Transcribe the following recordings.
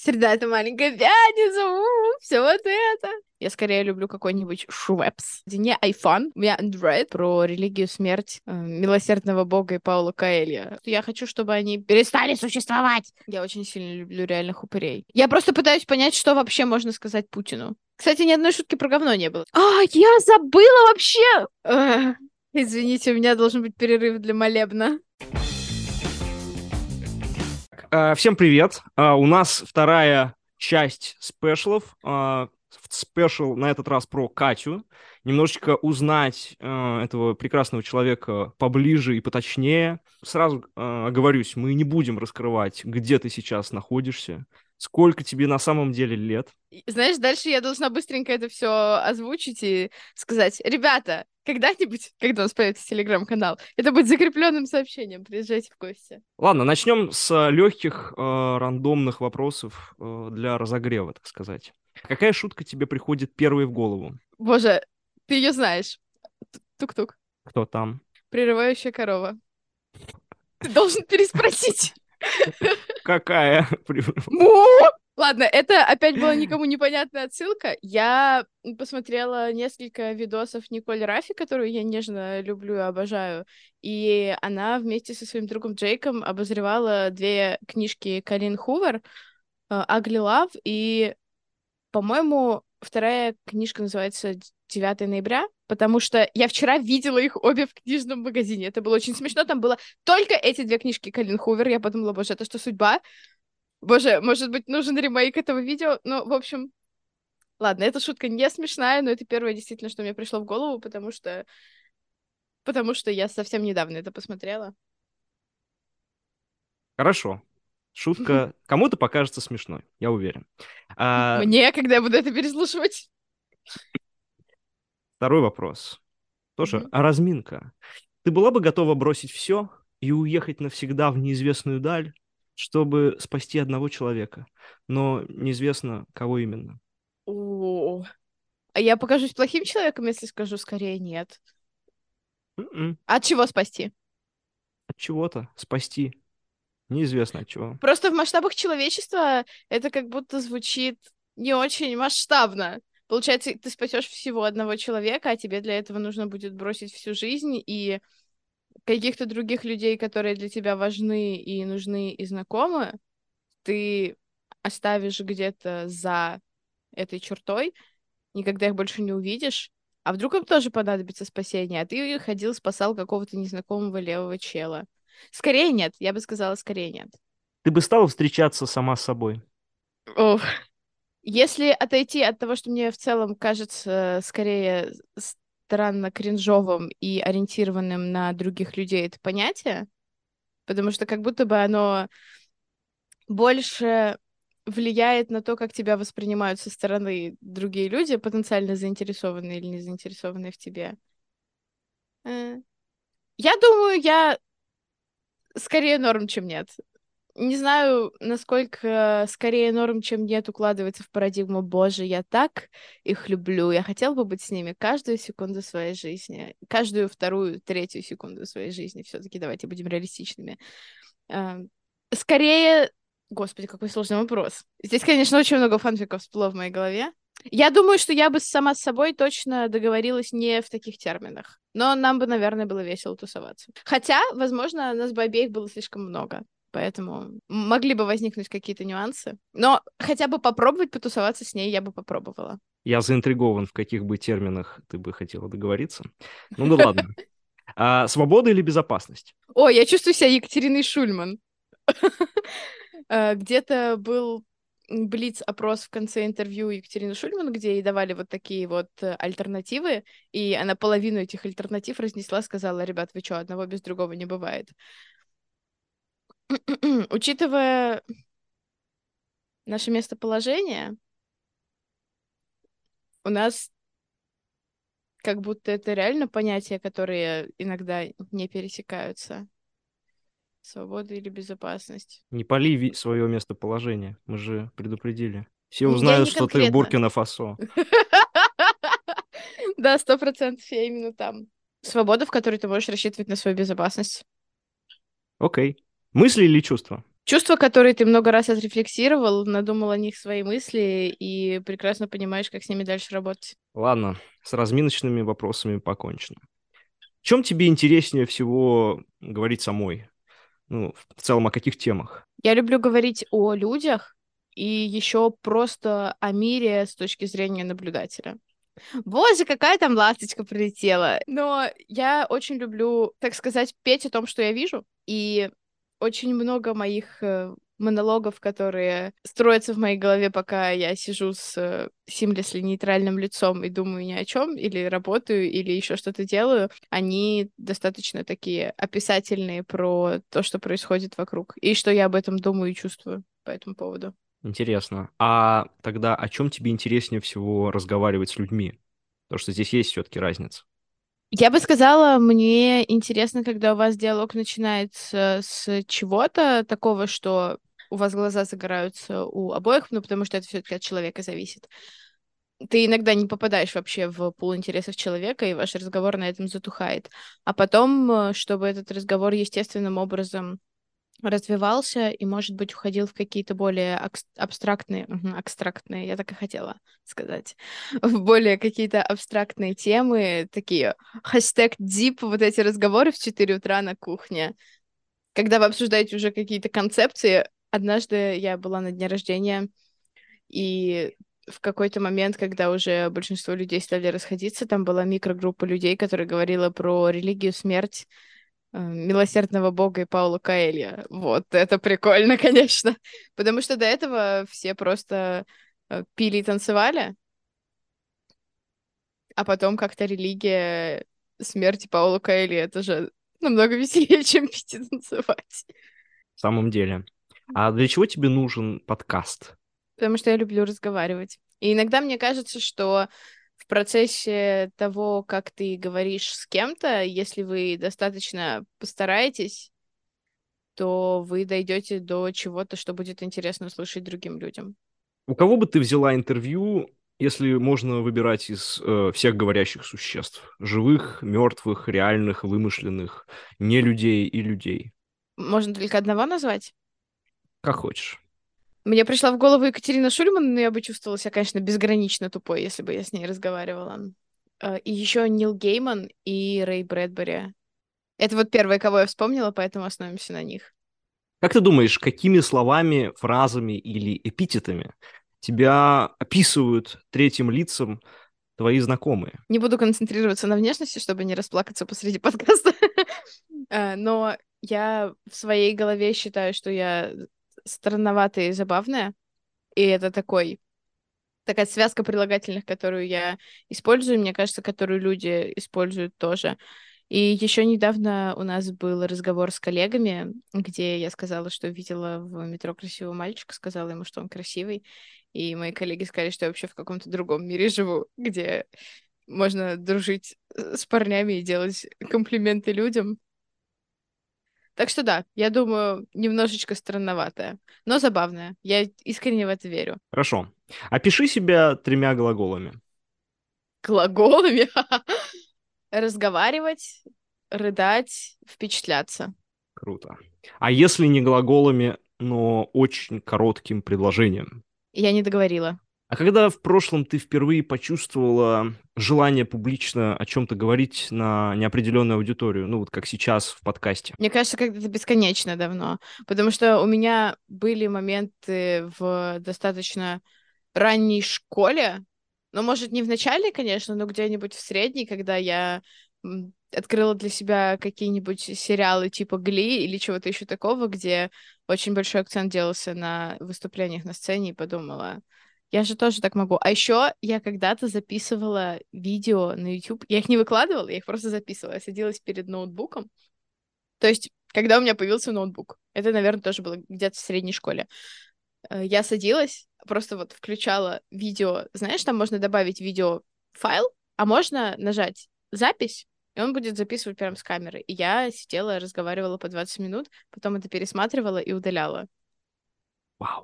Среда — это маленькая пятница, все вот это. Я скорее люблю какой-нибудь Швепс, где не iPhone, у меня Android, про религию, смерть милосердного бога и Паула Коэльо. Я хочу, чтобы они перестали существовать. Я очень сильно люблю реальных упырей. Я просто пытаюсь понять, что вообще можно сказать Путину. Кстати, ни одной шутки про говно не было. Я забыла вообще! Извините, у меня должен быть перерыв для молебна. Всем привет. У нас вторая часть спешлов. Спешл на этот раз про Катю. Немножечко узнать этого прекрасного человека поближе и поточнее. Сразу оговорюсь, мы не будем раскрывать, где ты сейчас находишься, сколько тебе на самом деле лет. Знаешь, дальше я должна быстренько это все озвучить и сказать: ребята, когда-нибудь, когда у нас появится телеграм-канал, это будет закрепленным сообщением. Приезжайте в гости. Ладно, начнем с легких рандомных вопросов для разогрева, так сказать. Какая шутка тебе приходит первой в голову? Боже, ты ее знаешь. Тук-тук. Кто там? Прерывающая корова. Ты должен переспросить. Какая? Му! Ладно, это опять была никому непонятная отсылка. Я посмотрела несколько видосов Николь Рафи, которую я нежно люблю и обожаю. И она вместе со своим другом Джейком обозревала две книжки Колин Хувер «Ugly Love» и, по-моему, вторая книжка называется «9 ноября», потому что я вчера видела их обе в книжном магазине. Это было очень смешно. Там было только эти две книжки Колин Хувер. Я подумала: боже, это что, судьба? Боже, может быть, нужен ремейк этого видео? Ну, в общем, ладно, эта шутка не смешная, но это первое действительно, что мне пришло в голову, потому что я совсем недавно это посмотрела. Хорошо. Шутка кому-то покажется смешной, я уверен. А, Мне, когда я буду это переслушивать. Второй вопрос. Тоже Мгм. разминка. Ты была бы готова бросить все и уехать навсегда в неизвестную даль, чтобы спасти одного человека, но неизвестно, кого именно? О, а я покажусь плохим человеком, если скажу скорее нет. М-м. От чего спасти? От чего-то спасти, неизвестно от чего. Просто в масштабах человечества это как будто звучит не очень масштабно. Получается, ты спасешь всего одного человека, а тебе для этого нужно будет бросить всю жизнь и каких-то других людей, которые для тебя важны и нужны и знакомы, ты оставишь где-то за этой чертой, никогда их больше не увидишь. А вдруг им тоже понадобится спасение, а ты ходил, спасал какого-то незнакомого левого чела. Скорее нет, я бы сказала, скорее нет. Ты бы стала встречаться сама с собой? Ох. Если отойти от того, что мне в целом кажется скорее странно кринжовым и ориентированным на других людей это понятие, потому что как будто бы оно больше влияет на то, как тебя воспринимают со стороны другие люди, потенциально заинтересованные или не заинтересованные в тебе. Э, Я думаю, я скорее норм, чем нет. Не знаю, насколько скорее норм, чем нет, укладывается в парадигму: боже, я так их люблю, я хотел бы быть с ними каждую секунду своей жизни, каждую вторую, третью секунду своей жизни. Все-таки давайте будем реалистичными. Э, Скорее... Господи, какой сложный вопрос. Здесь, конечно, очень много фанфиков всплыло в моей голове. Я думаю, что я бы сама с собой точно договорилась не в таких терминах. Но нам бы, наверное, было весело тусоваться. Хотя, возможно, нас бы обеих было слишком много. Поэтому могли бы возникнуть какие-то нюансы. Но хотя бы попробовать потусоваться с ней я бы попробовала. Я заинтригован, в каких бы терминах ты бы хотела договориться. Ну да ладно. Свобода или безопасность? О, я чувствую себя Екатериной Шульман. Где-то был блиц-опрос в конце интервью Екатерины Шульман, где ей давали вот такие вот альтернативы, и она половину этих альтернатив разнесла, сказала: ребят, вы что, одного без другого не бывает. Учитывая наше местоположение, у нас как будто это реально понятия, которые иногда не пересекаются. Свобода или безопасность. Не пали свое местоположение. Мы же предупредили. Все Я узнают, не что ты в конкретно. Буркина-Фасо. Да, 100% я именно там. Свобода, в которой ты можешь рассчитывать на свою безопасность. Окей. Мысли или чувства? Чувства, которые ты много раз отрефлексировал, надумал о них свои мысли и прекрасно понимаешь, как с ними дальше работать. Ладно, с разминочными вопросами покончено. В чем тебе интереснее всего говорить самой? Ну, в целом, о каких темах? Я люблю говорить о людях и еще просто о мире с точки зрения наблюдателя. Боже, какая там ласточка прилетела. Но я очень люблю, так сказать, петь о том, что я вижу. И очень много моих монологов, которые строятся в моей голове, пока я сижу с seamlessly нейтральным лицом и думаю ни о чем, или работаю, или еще что-то делаю, они достаточно такие описательные про то, что происходит вокруг, и что я об этом думаю и чувствую по этому поводу. Интересно. А тогда о чем тебе интереснее всего разговаривать с людьми? Потому что здесь есть все-таки разница. Я бы сказала, мне интересно, когда у вас диалог начинается с чего-то такого, что у вас глаза загораются у обоих, ну, потому что это все-таки от человека зависит. Ты иногда не попадаешь вообще в пул интересов человека, и ваш разговор на этом затухает. А потом, чтобы этот разговор естественным образом развивался и, может быть, уходил в какие-то более абстрактные, абстрактные, я так и хотела сказать, в более какие-то абстрактные темы, такие хэштег deep, вот эти разговоры в 4 утра на кухне, когда вы обсуждаете уже какие-то концепции. Однажды я была на дне рождения, и в какой-то момент, когда уже большинство людей стали расходиться, там была микрогруппа людей, которая говорила про религию, смерть, Милосердного Бога и Паула Коэльо. Вот, это прикольно, конечно. Потому что до этого все просто пили и танцевали, а потом как-то религия смерти Паула Коэльо, это же намного веселее, чем пить и танцевать. В самом деле. А для чего тебе нужен подкаст? Потому что я люблю разговаривать. И иногда мне кажется, что в процессе того, как ты говоришь с кем-то, если вы достаточно постараетесь, то вы дойдете до чего-то, что будет интересно слушать другим людям. У кого бы ты взяла интервью, если можно выбирать из всех говорящих существ? Живых, мертвых, реальных, вымышленных, не людей и людей? Можно только одного назвать? Как хочешь. Мне пришла в голову Екатерина Шульман, но я бы чувствовала себя, конечно, безгранично тупой, если бы я с ней разговаривала. И еще Нил Гейман и Рэй Брэдбери. Это вот первые, кого я вспомнила, поэтому остановимся на них. Как ты думаешь, какими словами, фразами или эпитетами тебя описывают третьим лицам твои знакомые? Не буду концентрироваться на внешности, чтобы не расплакаться посреди подкаста. Но я в своей голове считаю, что я странноватая и забавная. И это такая связка прилагательных, которую я использую, мне кажется, которую люди используют тоже. И еще недавно у нас был разговор с коллегами, где я сказала, что видела в метро красивого мальчика, сказала ему, что он красивый. И мои коллеги сказали, что я вообще в каком-то другом мире живу, где можно дружить с парнями и делать комплименты людям. Так что да, я думаю, немножечко странноватая, но забавная. Я искренне в это верю. Хорошо. Опиши себя тремя глаголами. Глаголами. Разговаривать, рыдать, впечатляться. Круто. А если не глаголами, но очень коротким предложением? Я не договорила. А когда в прошлом ты впервые почувствовала желание публично о чем-то говорить на неопределенную аудиторию, ну вот как сейчас в подкасте? Мне кажется, как-то бесконечно давно, потому что у меня были моменты в достаточно ранней школе, ну, может, не в начале, конечно, но где-нибудь в средней, когда я открыла для себя какие-нибудь сериалы типа «Гли» или чего-то еще такого, где очень большой акцент делался на выступлениях на сцене, и подумала, я же тоже так могу. А еще я когда-то записывала видео на YouTube. Я их не выкладывала, я их просто записывала. Я садилась перед ноутбуком. То есть, когда у меня появился ноутбук, это, наверное, тоже было где-то в средней школе, я садилась, просто вот включала видео. Знаешь, там можно добавить видеофайл, а можно нажать запись, и он будет записывать прямо с камеры. И я сидела, разговаривала по 20 минут, потом это пересматривала и удаляла. Вау.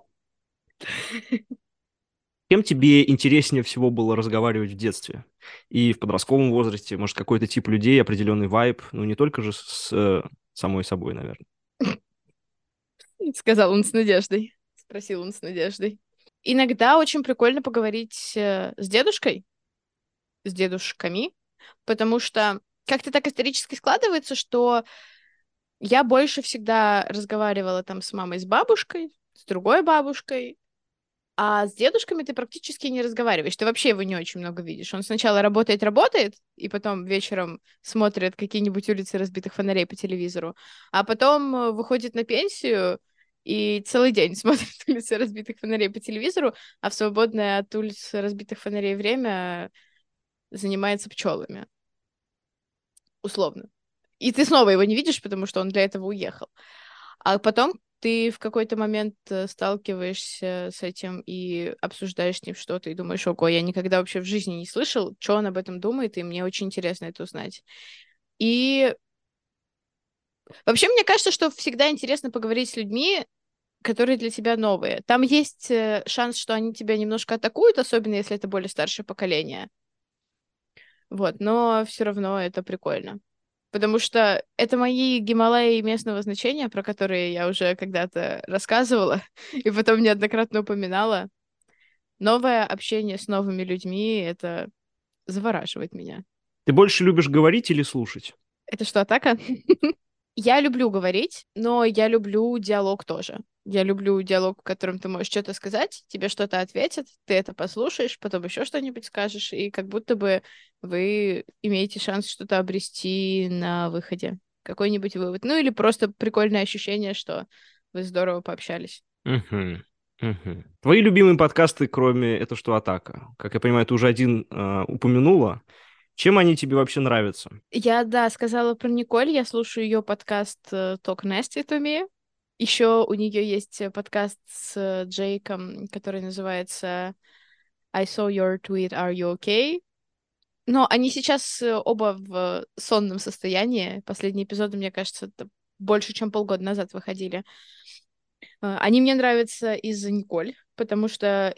Кем тебе интереснее всего было разговаривать в детстве? И в подростковом возрасте, может, какой-то тип людей, определенный вайб, ну не только же с самой собой, наверное. Сказал он с надеждой. Спросил он с надеждой. Иногда очень прикольно поговорить с дедушкой, с дедушками, потому что как-то так исторически складывается, что я больше всегда разговаривала там с мамой, с бабушкой, с другой бабушкой, а с дедушками ты практически не разговариваешь. Ты вообще его не очень много видишь. Он сначала работает, и потом вечером смотрит какие-нибудь улицы разбитых фонарей по телевизору, а потом выходит на пенсию и целый день смотрит улицы разбитых фонарей по телевизору, а в свободное от улиц разбитых фонарей время занимается пчелами, условно. И ты снова его не видишь, потому что он для этого уехал. А потом ты в какой-то момент сталкиваешься с этим и обсуждаешь с ним что-то, и думаешь, ого, я никогда вообще в жизни не слышал, что он об этом думает, и мне очень интересно это узнать. И вообще, мне кажется, что всегда интересно поговорить с людьми, которые для тебя новые. Там есть шанс, что они тебя немножко атакуют, особенно если это более старшее поколение. Вот, но все равно это прикольно. Потому что это мои Гималаи местного значения, про которые я уже когда-то рассказывала и потом неоднократно упоминала. Новое общение с новыми людьми — это завораживает меня. Ты больше любишь говорить или слушать? Это что, атака? Я люблю говорить, но я люблю диалог тоже. Я люблю диалог, в котором ты можешь что-то сказать, тебе что-то ответят, ты это послушаешь, потом еще что-нибудь скажешь, и как будто бы вы имеете шанс что-то обрести на выходе. Какой-нибудь вывод. Ну или просто прикольное ощущение, что вы здорово пообщались. Мгм. Мгм. Твои любимые подкасты, кроме «Это что, Атака»? Как я понимаю, ты уже один упомянула. Чем они тебе вообще нравятся? Я, да, сказала про Николь, я слушаю ее подкаст Talk Nasty to Me. Еще у нее есть подкаст с Джейком, который называется I saw your tweet, are you okay? Но они сейчас оба в сонном состоянии. Последние эпизоды, мне кажется, это больше, чем полгода назад выходили. Они мне нравятся из-за Николь, потому что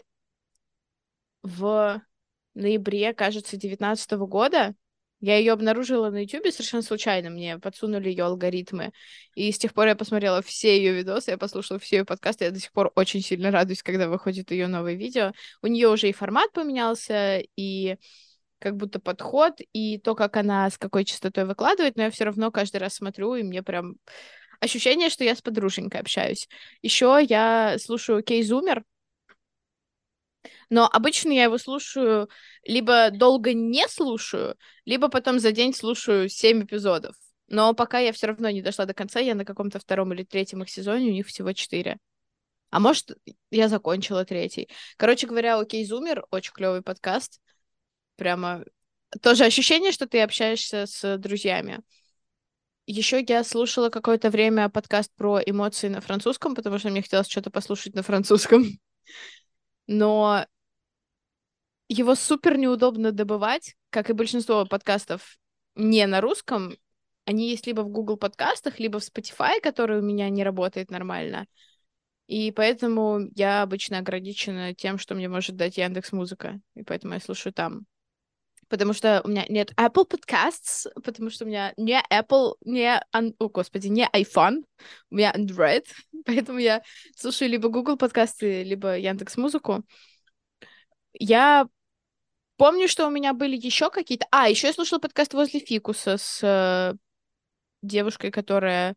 в ноябре, кажется, 19 года я ее обнаружила на Ютубе совершенно случайно. Мне подсунули ее алгоритмы. И с тех пор я посмотрела все ее видосы, я послушала все ее подкасты. Я до сих пор очень сильно радуюсь, когда выходит ее новое видео. У нее уже и формат поменялся, и как будто подход, и то, как она с какой частотой выкладывает, но я все равно каждый раз смотрю, и мне прям ощущение, что я с подруженькой общаюсь. Еще я слушаю Кей Зумер, но обычно я его слушаю, либо долго не слушаю, либо потом за день слушаю 7 эпизодов. Но пока я все равно не дошла до конца, я на каком-то втором или третьем их сезоне, у них всего 4. А может, я закончила третий. Короче говоря, Окей, Зумер, очень клевый подкаст. Прямо тоже ощущение, что ты общаешься с друзьями. Еще я слушала какое-то время подкаст про эмоции на французском, потому что мне хотелось что-то послушать на французском. Но его супер неудобно добывать, как и большинство подкастов не на русском. Они есть либо в Google подкастах, либо в Spotify, который у меня не работает нормально. И поэтому я обычно ограничена тем, что мне может дать Яндекс Музыка. И поэтому я слушаю там. Потому что у меня нет Apple Podcasts, потому что у меня не Apple, о, господи, не iPhone, у меня Android. Поэтому я слушаю либо Google подкасты, либо Яндекс Музыку. Я помню, что у меня были еще какие-то... Еще я слушала подкаст «Возле фикуса» с девушкой, которая...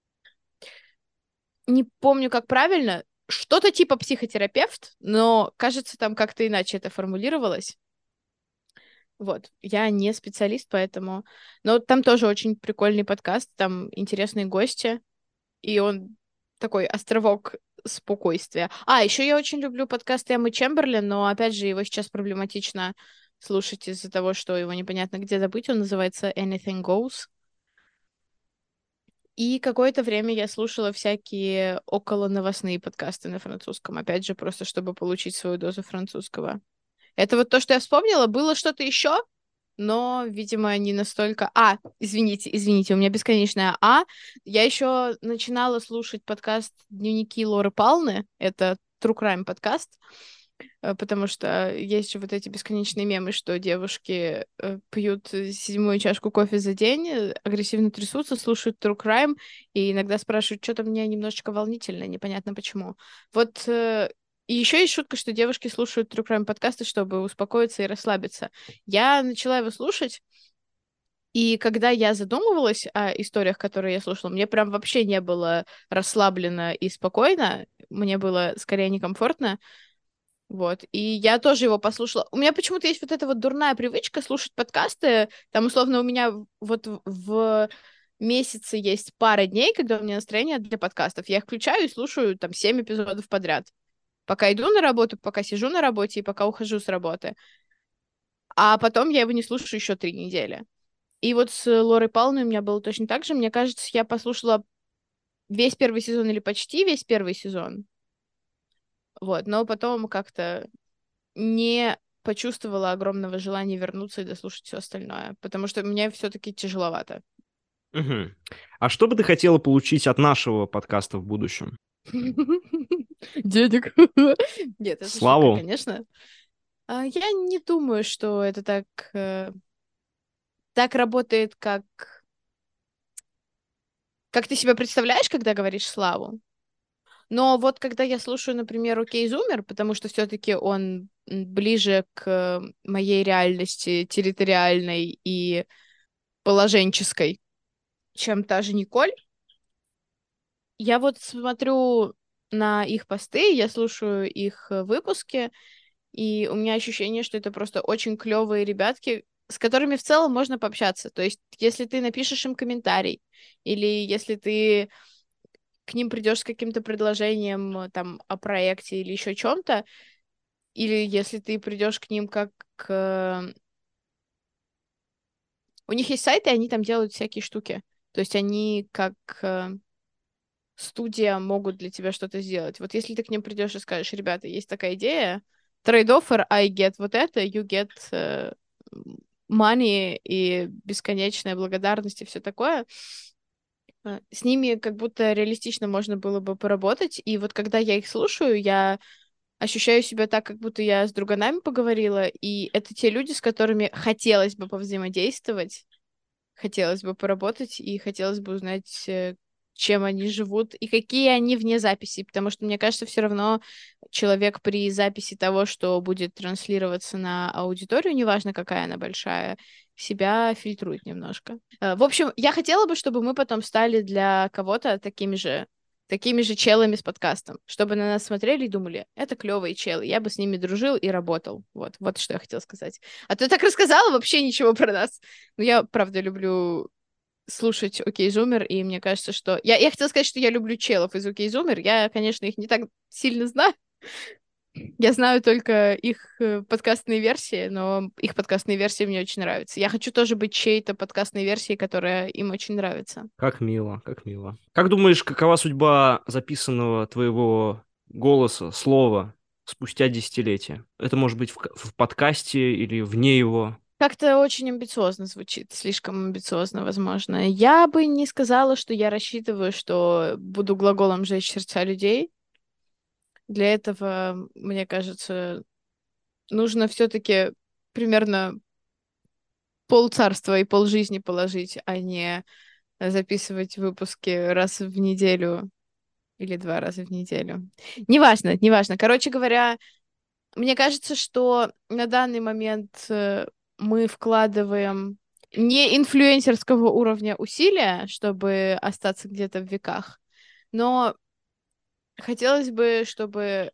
Не помню, как правильно. Что-то типа психотерапевт, но, кажется, там как-то иначе это формулировалось. Вот. Я не специалист, поэтому... Но там тоже очень прикольный подкаст, там интересные гости, и он такой островок спокойствия. Еще я очень люблю подкаст Эммы Чемберлен, но, опять же, его сейчас проблематично слушать из-за того, что его непонятно где добыть. Он называется Anything Goes. И какое-то время я слушала всякие околоновостные подкасты на французском, опять же, просто чтобы получить свою дозу французского. Это вот то, что я вспомнила. Было что-то еще, но, видимо, не настолько... Извините, у меня бесконечная Я еще начинала слушать подкаст «Дневники Лоры Палны». Это True Crime подкаст. Потому что есть же вот эти бесконечные мемы, что девушки пьют 7-ю чашку кофе за день, агрессивно трясутся, слушают true crime и иногда спрашивают, что-то мне немножечко волнительно, непонятно почему. Вот и еще есть шутка, что девушки слушают true crime подкасты, чтобы успокоиться и расслабиться. Я начала его слушать, и когда я задумывалась о историях, которые я слушала, мне прям вообще не было расслаблено и спокойно, мне было скорее некомфортно. Вот. И я тоже его послушала. У меня почему-то есть вот эта вот дурная привычка слушать подкасты. Там, условно, у меня вот в месяце есть пара дней, когда у меня настроение для подкастов. Я их включаю и слушаю там 7 эпизодов подряд. Пока иду на работу, пока сижу на работе и пока ухожу с работы. А потом я его не слушаю еще 3 недели. И вот с Лорой Палной у меня было точно так же. Мне кажется, я послушала весь первый сезон или почти весь первый сезон. Вот, но потом как-то не почувствовала огромного желания вернуться и дослушать все остальное, потому что мне все-таки тяжеловато. Мгм. А что бы ты хотела получить от нашего подкаста в будущем? Денег. Нет, это шутка, Славу? конечно. Я не думаю, что это так работает, как ты себя представляешь, когда говоришь славу. Но вот когда я слушаю, например, Окей Зумер, потому что все-таки он ближе к моей реальности территориальной и положенческой, чем та же Николь, я вот смотрю на их посты, я слушаю их выпуски, и у меня ощущение, что это просто очень клевые ребятки, с которыми в целом можно пообщаться. То есть, если ты напишешь им комментарий, или если ты к ним придешь с каким-то предложением там о проекте или еще чем-то, или если ты придешь к ним как к... У них есть сайты, и они там делают всякие штуки. То есть они как студия могут для тебя что-то сделать. Вот если ты к ним придешь и скажешь, ребята, есть такая идея, trade offer, I get вот это, you get money и бесконечная благодарность и все такое, с ними как будто реалистично можно было бы поработать. И вот когда я их слушаю, я ощущаю себя так, как будто я с друганами поговорила, и это те люди, с которыми хотелось бы повзаимодействовать, хотелось бы поработать, и хотелось бы узнать, чем они живут и какие они вне записи, потому что, мне кажется, все равно человек при записи того, что будет транслироваться на аудиторию, неважно, какая она большая, себя фильтрует немножко. В общем, я хотела бы, чтобы мы потом стали для кого-то такими же челами с подкастом, чтобы на нас смотрели и думали, это клевые челы, я бы с ними дружил и работал. Вот что я хотела сказать. А то я так рассказала вообще ничего про нас. Но я, правда, люблю слушать Окей Зумер, и мне кажется, что... Я хотела сказать, что я люблю челов из Окей Зумер. Я, конечно, их не так сильно знаю. Я знаю только их подкастные версии, но их подкастные версии мне очень нравятся. Я хочу тоже быть чьей-то подкастной версией, которая им очень нравится. Как мило, как мило. Как думаешь, какова судьба записанного твоего голоса, слова спустя десятилетия? Это может быть в подкасте или вне его? Как-то очень амбициозно звучит, слишком амбициозно, возможно. Я бы не сказала, что я рассчитываю, что буду глаголом «жечь сердца людей». Для этого, мне кажется, нужно все-таки примерно полцарства и полжизни положить, а не записывать выпуски раз в неделю или 2 раза в неделю. Неважно, неважно. Короче говоря, мне кажется, что на данный момент мы вкладываем не инфлюенсерского уровня усилия, чтобы остаться где-то в веках, но хотелось бы, чтобы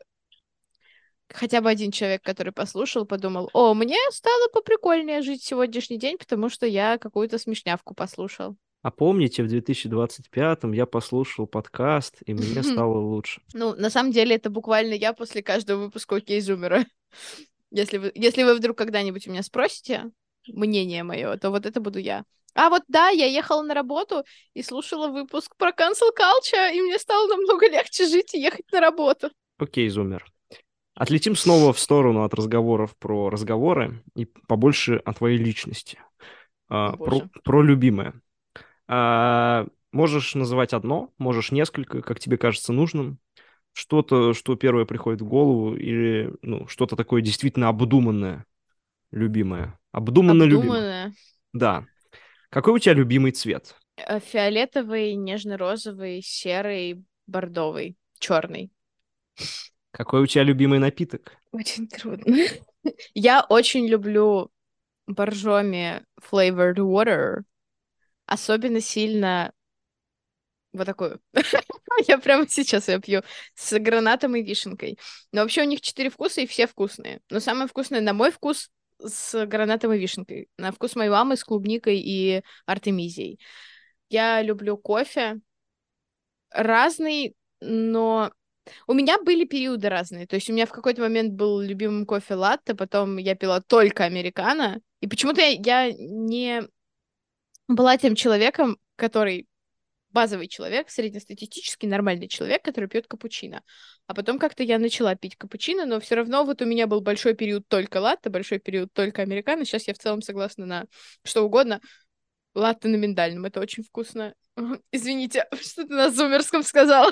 хотя бы один человек, который послушал, подумал, о, мне стало поприкольнее жить сегодняшний день, потому что я какую-то смешнявку послушал. А помните, в 2025 я послушал подкаст, и мне стало лучше. Ну, на самом деле, это буквально я после каждого выпуска Окей Зумера. Если вы вдруг когда-нибудь у меня спросите мнение мое, то вот это буду я. А вот да, я ехала на работу и слушала выпуск про cancel culture, и мне стало намного легче жить и ехать на работу. Окей, Зумер. Отлетим снова в сторону от разговоров про разговоры и побольше о твоей личности. О боже. Про любимое. Можешь называть одно, можешь несколько, как тебе кажется нужным. что-то, что первое приходит в голову, или, ну, что-то такое действительно обдуманное, любимое. Обдуманно любимое. Обдуманное. Да. Какой у тебя любимый цвет? Фиолетовый, нежно-розовый, серый, бордовый, черный. Какой у тебя любимый напиток? Очень трудно. Я очень люблю боржоми flavored water. Особенно сильно вот такую. Я прямо сейчас ее пью с гранатом и вишенкой. Но вообще у них 4 вкуса, и все вкусные. Но самое вкусное, на мой вкус, с гранатом и вишенкой. На вкус моей мамы с клубникой и артемизией. Я люблю кофе. Разный, но у меня были периоды разные. То есть у меня в какой-то момент был любимым кофе латте, потом я пила только американо. И почему-то я не была тем человеком, который базовый человек, среднестатистический нормальный человек, который пьет капучино. А потом как-то я начала пить капучино, но все равно вот у меня был большой период только латте, большой период только американо. Сейчас я в целом согласна на что угодно. Латте на миндальном, это очень вкусно. Извините, что ты на зумерском сказал.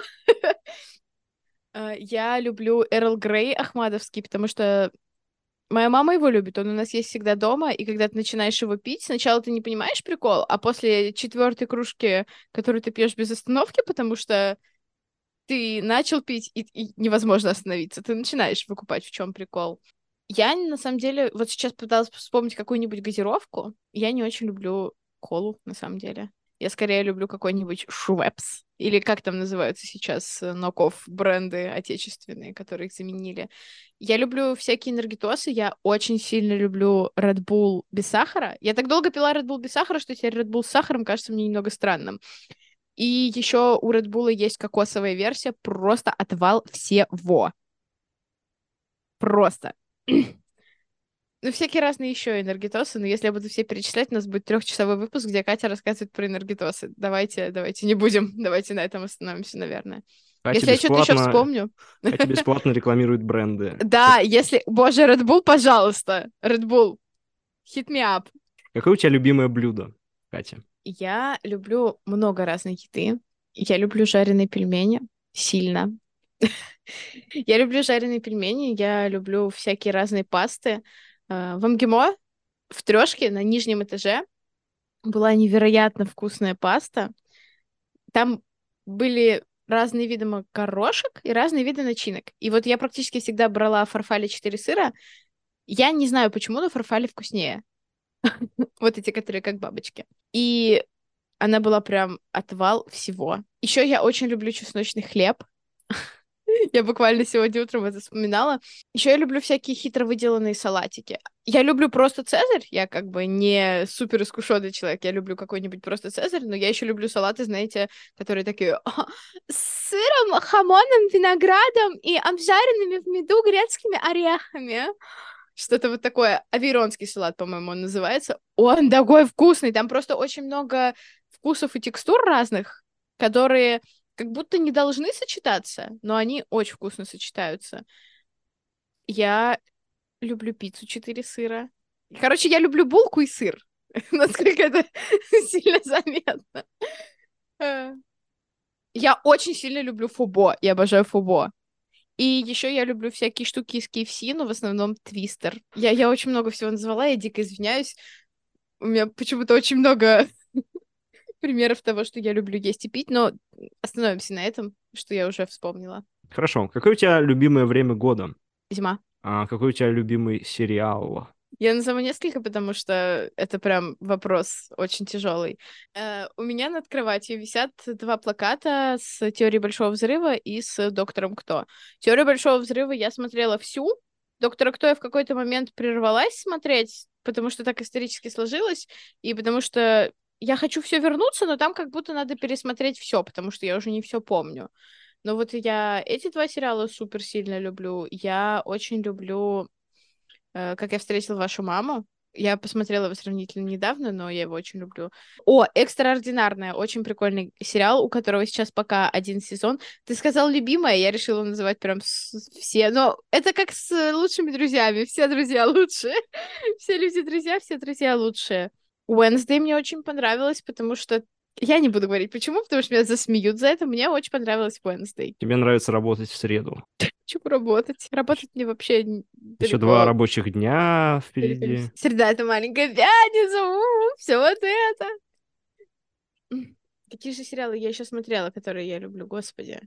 Я люблю Эрл Грей ахмадовский, потому что моя мама его любит, он у нас есть всегда дома, и когда ты начинаешь его пить, сначала ты не понимаешь прикол, а после 4-й кружки, которую ты пьешь без остановки, потому что ты начал пить, и невозможно остановиться, ты начинаешь выкупать, в чем прикол. Я, на самом деле, вот сейчас пыталась вспомнить какую-нибудь газировку, я не очень люблю колу, на самом деле. Я скорее люблю какой-нибудь Швепс, или как там называются сейчас ноков бренды отечественные, которые их заменили. Я люблю всякие энергетосы, я очень сильно люблю Red Bull без сахара. Я так долго пила Red Bull без сахара, что теперь Red Bull с сахаром кажется мне немного странным. И еще у Red Bull есть кокосовая версия, просто отвал всего. Просто. Ну, всякие разные еще энергетосы, но если я буду все перечислять, у нас будет 3-часовой выпуск, где Катя рассказывает про энергетосы. Давайте не будем, давайте на этом остановимся, наверное. Катя Если я что-то еще бесплатно, вспомню. Катя бесплатно рекламирует бренды. Да, если... Боже, Red Bull, пожалуйста. Red Bull, hit me up. Какое у тебя любимое блюдо, Катя? Я люблю много разной еды. Я люблю жареные пельмени сильно. Я люблю жареные пельмени, я люблю всякие разные пасты. В МГИМО, в трешке на нижнем этаже была невероятно вкусная паста. Там были разные виды макарошек и разные виды начинок. И вот я практически всегда брала фарфали 4 сыра. Я не знаю почему, но фарфали вкуснее. Вот эти, которые как бабочки. И она была прям отвал всего. Еще я очень люблю чесночный хлеб. Я буквально сегодня утром это вспоминала. Еще я люблю всякие хитро выделанные салатики. Я люблю просто цезарь. Я как бы не супер искушенный человек. Я люблю какой-нибудь просто цезарь, но я еще люблю салаты, знаете, которые такие с сыром, хамоном, виноградом и обжаренными в меду грецкими орехами. Что-то вот такое. Аверонский салат, по-моему, он называется. Он такой вкусный. Там просто очень много вкусов и текстур разных, которые как будто не должны сочетаться, но они очень вкусно сочетаются. Я люблю пиццу 4 сыра. Короче, я люблю булку и сыр. Насколько это сильно заметно. Я очень сильно люблю фубо. Я обожаю фубо. И еще я люблю всякие штуки из KFC, но в основном твистер. Я очень много всего назвала, я дико извиняюсь. У меня почему-то очень много примеров того, что я люблю есть и пить, но остановимся на этом, что я уже вспомнила. Хорошо. Какое у тебя любимое время года? Зима. А какой у тебя любимый сериал? Я назову несколько, потому что это прям вопрос очень тяжелый. У меня над кроватью висят 2 плаката с теорией Большого взрыва и с Доктором Кто. Теорию Большого взрыва я смотрела всю. Доктора Кто я в какой-то момент прервалась смотреть, потому что так исторически сложилось, и потому что я хочу все вернуться, но там как будто надо пересмотреть все, потому что я уже не все помню. Но вот я эти 2 сериала супер сильно люблю. Я очень люблю «Как я встретил вашу маму». Я посмотрела его сравнительно недавно, но я его очень люблю. О, «Экстраординарная», очень прикольный сериал, у которого сейчас пока 1 сезон. Ты сказал «любимая», я решила называть прям все, но это как с лучшими друзьями, все друзья лучшие, все люди друзья, все друзья лучшие. Wednesday мне очень понравилось, потому что Я не буду говорить, почему, потому что меня засмеют за это. Мне очень понравилась Wednesday. Тебе нравится работать в среду. Хочу работать. Работать мне вообще Еще 2 далеко. рабочих дня Далеко не впереди. Среда — это маленькая пятница. Все вот это. Какие же сериалы я еще смотрела, которые я люблю, господи.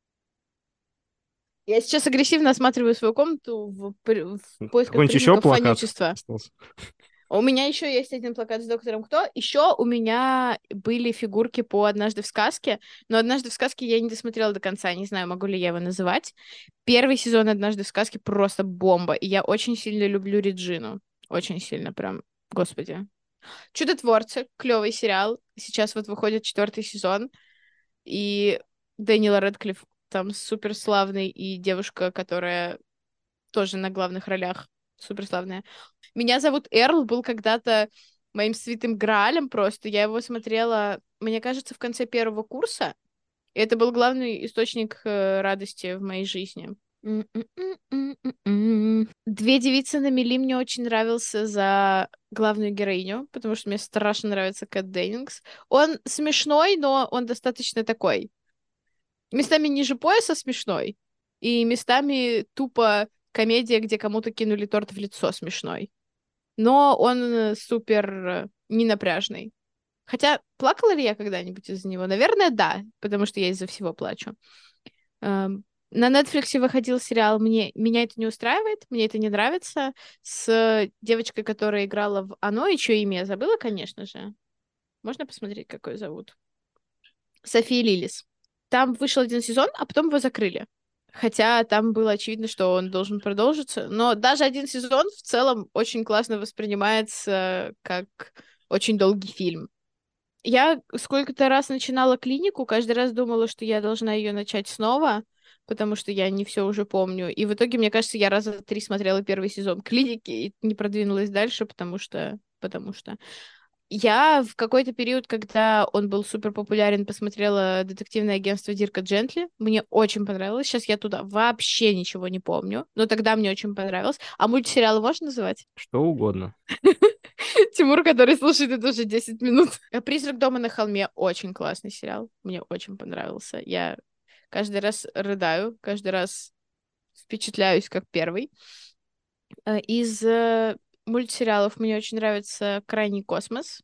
Я сейчас агрессивно осматриваю свою комнату в поисках Какой-нибудь еще признаков плакат фонючества. остался? У меня еще есть один плакат с доктором Кто. Еще у меня были фигурки по «Однажды в сказке», но «Однажды в сказке» я не досмотрела до конца, не знаю, могу ли я его называть. Первый сезон «Однажды в сказке» просто бомба, и я очень сильно люблю Реджину. Очень сильно, прям, господи. «Чудотворцы», клевый сериал. Сейчас вот выходит 4-й сезон, и Дэниел Рэдклифф там супер славный, и девушка, которая тоже на главных ролях супер славная. Меня зовут Эрл, был когда-то моим святым Граалем просто. Я его смотрела, мне кажется, в конце первого курса. И это был главный источник радости в моей жизни. «Две девицы на мели» мне очень нравился за главную героиню, потому что мне страшно нравится Кэт Деннингс. Он смешной, но он достаточно такой. Местами ниже пояса смешной, и местами тупо комедия, где кому-то кинули торт в лицо смешной. Но он супер ненапряжный. Хотя плакала ли я когда-нибудь из-за него? Наверное, да, потому что я из-за всего плачу. На Netflix выходил сериал «Меня это не устраивает», «Мне это не нравится», с девочкой, которая играла в «Оно», и чье имя я забыла, конечно же. Можно посмотреть, как ее зовут? София Лилис. Там вышел один сезон, а потом его закрыли. Хотя там было очевидно, что он должен продолжиться. Но даже один сезон в целом очень классно воспринимается как очень долгий фильм. Я сколько-то раз начинала клинику, каждый раз думала, что я должна ее начать снова, потому что я не все уже помню. И в итоге, мне кажется, я раза 3 смотрела первый сезон клиники и не продвинулась дальше, потому что я в какой-то период, когда он был супер популярен, посмотрела «Детективное агентство Дирка Джентли». Мне очень понравилось. Сейчас я туда вообще ничего не помню, но тогда мне очень понравилось. А мультсериалы можно называть? Что угодно. Тимур, который слушает это уже 10 минут. «Призрак дома на холме» очень классный сериал. Мне очень понравился. Я каждый раз рыдаю, каждый раз впечатляюсь как первый. Из мультсериалов мне очень нравится «Крайний космос».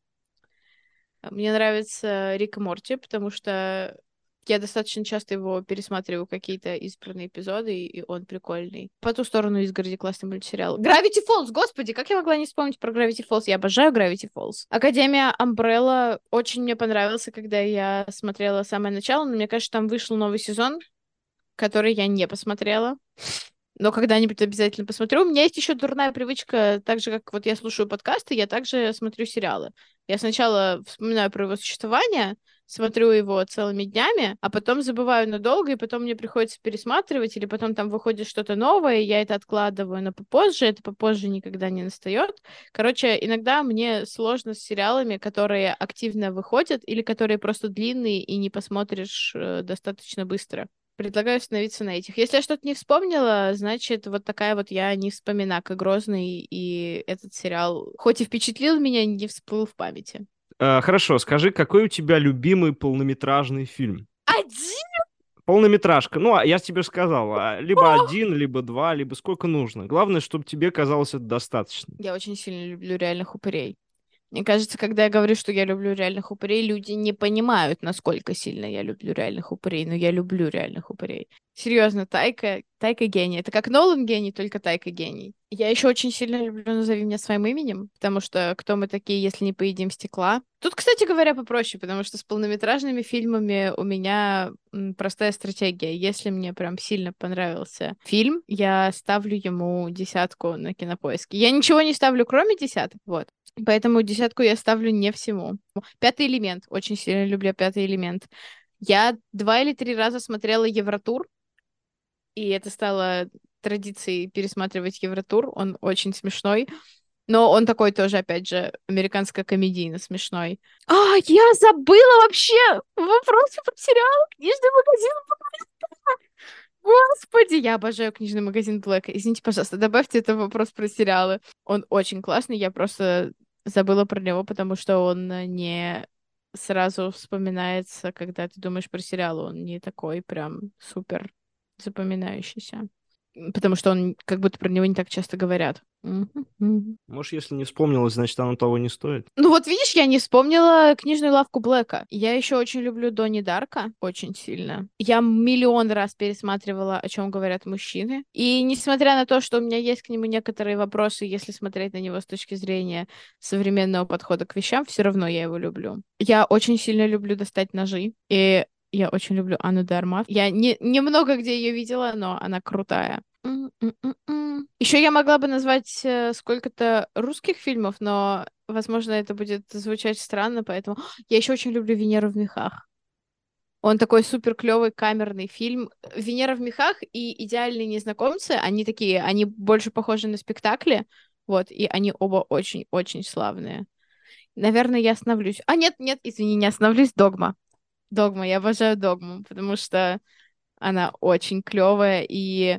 Мне нравится «Рик и Морти», потому что я достаточно часто его пересматриваю, какие-то избранные эпизоды, и он прикольный. «По ту сторону изгороди» — классный мультсериал. «Гравити Фолз», господи, как я могла не вспомнить про «Гравити Фолз»? Я обожаю «Гравити Фолз». «Академия Амбрелла» очень мне понравился, когда я смотрела самое начало, но мне кажется, там вышел новый сезон, который я не посмотрела. Но когда-нибудь обязательно посмотрю. У меня есть еще дурная привычка, так же, как вот я слушаю подкасты, я также смотрю сериалы. Я сначала вспоминаю про его существование, смотрю его целыми днями, а потом забываю надолго, и потом мне приходится пересматривать, или потом там выходит что-то новое, и я это откладываю на попозже, это попозже никогда не настает. Короче, иногда мне сложно с сериалами, которые активно выходят, или которые просто длинные, и не посмотришь достаточно быстро. Предлагаю остановиться на этих. Если я что-то не вспомнила, значит, вот такая вот я не вспоминака Грозный, и этот сериал, хоть и впечатлил меня, не всплыл в памяти. Хорошо, скажи, какой у тебя любимый полнометражный фильм? Один? Полнометражка. Ну, я тебе сказал, либо один, либо два, либо сколько нужно. Главное, чтобы тебе казалось это достаточно. Я очень сильно люблю реальных упырей. Мне кажется, когда я говорю, что я люблю реальных упырей, люди не понимают, насколько сильно я люблю реальных упырей, но я люблю реальных упырей. Серьезно, Тайка гений. Это как Нолан гений, только Тайка гений. Я еще очень сильно люблю «Назови меня своим именем», потому что кто мы такие, если не поедим стекла? Тут, кстати говоря, попроще, потому что с полнометражными фильмами у меня простая стратегия. Если мне прям сильно понравился фильм, я ставлю ему 10 на Кинопоиске. Я ничего не ставлю, кроме 10, вот. Поэтому 10 я ставлю не всему. «Пятый элемент». Очень сильно люблю «Пятый элемент». Я 2 или 3 раза смотрела «Евротур», и это стало традицией пересматривать «Евротур». Он очень смешной. Но он такой тоже, опять же, американско-комедийно смешной. Я забыла вообще вопрос про сериал «Книжный магазин Блэка». Господи, я обожаю «Книжный магазин Блэка». Извините, пожалуйста, добавьте это в вопрос про сериалы. Он очень классный, я просто забыла про него, потому что он не сразу вспоминается, когда ты думаешь про сериал. Он не такой прям супер запоминающийся. Потому что он, как будто про него не так часто говорят. Мгм. Может, если не вспомнилось, значит, оно того не стоит. Ну вот видишь, я не вспомнила книжную лавку Блэка. Я еще очень люблю Донни Дарка, очень сильно. Я миллион раз пересматривала «О чем говорят мужчины». И несмотря на то, что у меня есть к нему некоторые вопросы, если смотреть на него с точки зрения современного подхода к вещам, все равно я его люблю. Я очень сильно люблю достать ножи. И я очень люблю Анну де Армас. Я немного где ее видела, но она крутая. Еще я могла бы назвать сколько-то русских фильмов, но, возможно, это будет звучать странно, поэтому я еще очень люблю «Венеру в мехах». Он такой супер клевый камерный фильм. «Венера в мехах» и «Идеальные незнакомцы», они такие, они больше похожи на спектакли, вот, и они оба очень-очень славные. Наверное, я остановлюсь. А, нет, нет, извини, не остановлюсь. «Догма». «Догма», я обожаю «Догму», потому что она очень клевая, и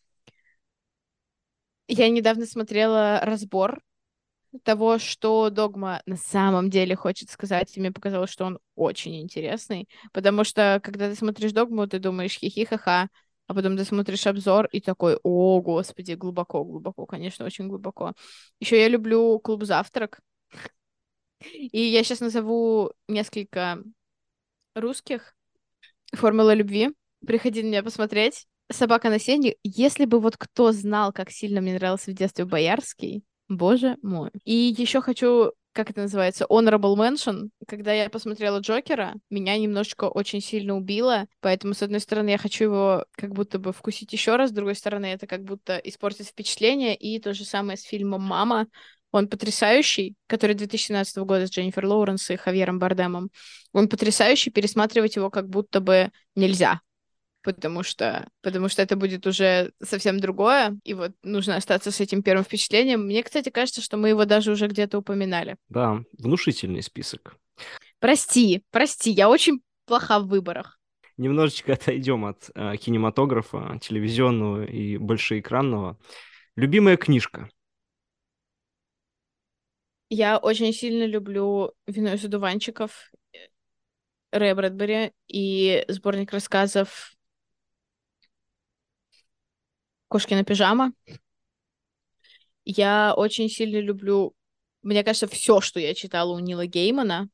я недавно смотрела разбор того, что Догма на самом деле хочет сказать, и мне показалось, что он очень интересный, потому что, когда ты смотришь Догму, ты думаешь хихи-ха-ха, а потом ты смотришь обзор и такой, о, господи, глубоко, конечно, очень глубоко. Еще я люблю «Клуб завтрак», и я сейчас назову несколько русских. «Формула любви», приходи на меня посмотреть. «Собака на сене». Если бы вот кто знал, как сильно мне нравился в детстве Боярский, боже мой. И еще хочу, как это называется, honorable mention. Когда я посмотрела «Джокера», меня немножечко очень сильно убило, поэтому, с одной стороны, я хочу его как будто бы вкусить еще раз, с другой стороны, это как будто испортит впечатление, и то же самое с фильмом «Мама». Он потрясающий, который 2017 года с Дженнифер Лоуренс и Хавьером Бардемом. Он потрясающий, пересматривать его как будто бы нельзя, потому что это будет уже совсем другое, и вот нужно остаться с этим первым впечатлением. Мне, кстати, кажется, что мы его даже уже где-то упоминали. Да, внушительный список. Прости, я очень плоха в выборах. Немножечко отойдем от кинематографа, телевизионного и большеэкранного. Любимая книжка. Я очень сильно люблю «Вино из одуванчиков» Рэя Брэдбери и сборник рассказов «Кошкина пижама». Я очень сильно люблю, мне кажется, все, что я читала у Нила Геймана.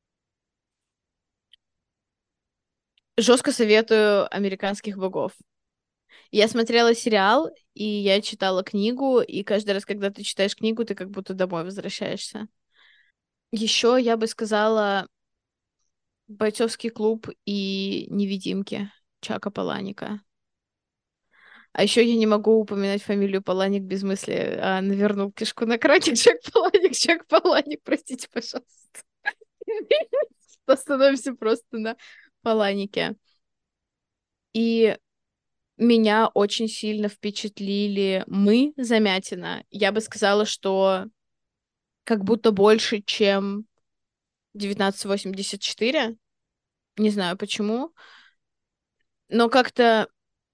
Жестко советую «Американских богов». Я смотрела сериал, и я читала книгу, и каждый раз, когда ты читаешь книгу, ты как будто домой возвращаешься. Еще я бы сказала «Бойцовский клуб» и «Невидимки» Чака Паланика. А еще я не могу упоминать фамилию Паланик без мысли. Навернул кишку на краник Чак Паланик, простите, пожалуйста. Остановимся просто на Паланике. И меня очень сильно впечатлили «Мы» Замятина. Я бы сказала, что как будто больше, чем 1984. Не знаю почему. Но как-то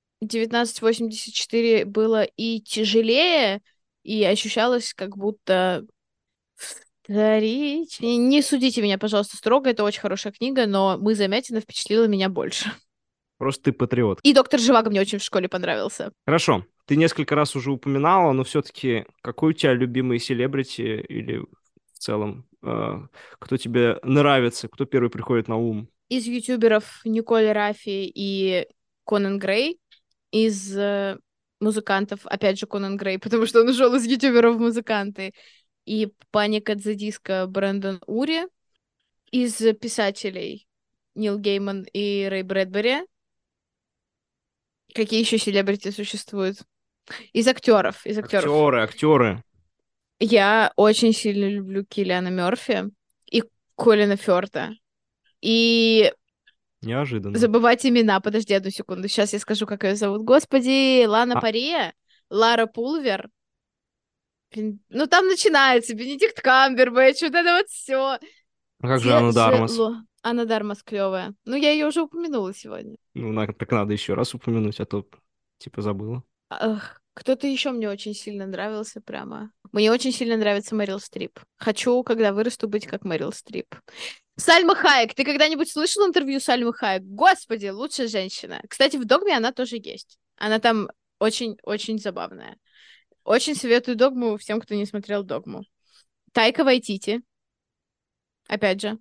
1984 было и тяжелее, и ощущалось как будто вторичнее. Не судите меня, пожалуйста, строго. Это очень хорошая книга, но «Мы» Замятина впечатлила меня больше. Просто ты патриот. И «Доктор Живаго» мне очень в школе понравился. Хорошо. Ты несколько раз уже упоминала, но все-таки какой у тебя любимый селебрити или в целом, кто тебе нравится, кто первый приходит на ум? Из ютуберов Николь Рафи и Конан Грей. Из музыкантов, опять же, Конан Грей, потому что он ушел из ютуберов в музыканты. И Паника at the Disco Брэндон Ури. Из писателей Нил Гейман и Рэй Брэдбери. Какие еще селебрити существуют? Из актеров. Актеры. Я очень сильно люблю Киллиана Мерфи и Колина Фёрта. И Неожиданно. забывать имена. Подожди одну секунду. Сейчас я скажу, как ее зовут. Господи, Лана А, Пария, Лара Пулвер. Ну, там начинается Бенедикт Камбербэтч, вот это вот все. а как же Анна Дармас? Анна Дармас клевая. Ну, я ее уже упомянула сегодня. Ну, так надо еще раз упомянуть, а то типа забыла. Ах, кто-то еще мне очень сильно нравился прямо. Мне очень сильно нравится Мэрил Стрип. Хочу, когда вырасту, быть как Мэрил Стрип. Сальма Хайек. Ты когда-нибудь слышал интервью Сальмы Хайек? Господи, лучшая женщина. Кстати, в «Догме» она тоже есть. Она там очень-очень забавная. Очень советую «Догму» всем, кто не смотрел «Догму». Тайка Вайтити, опять же.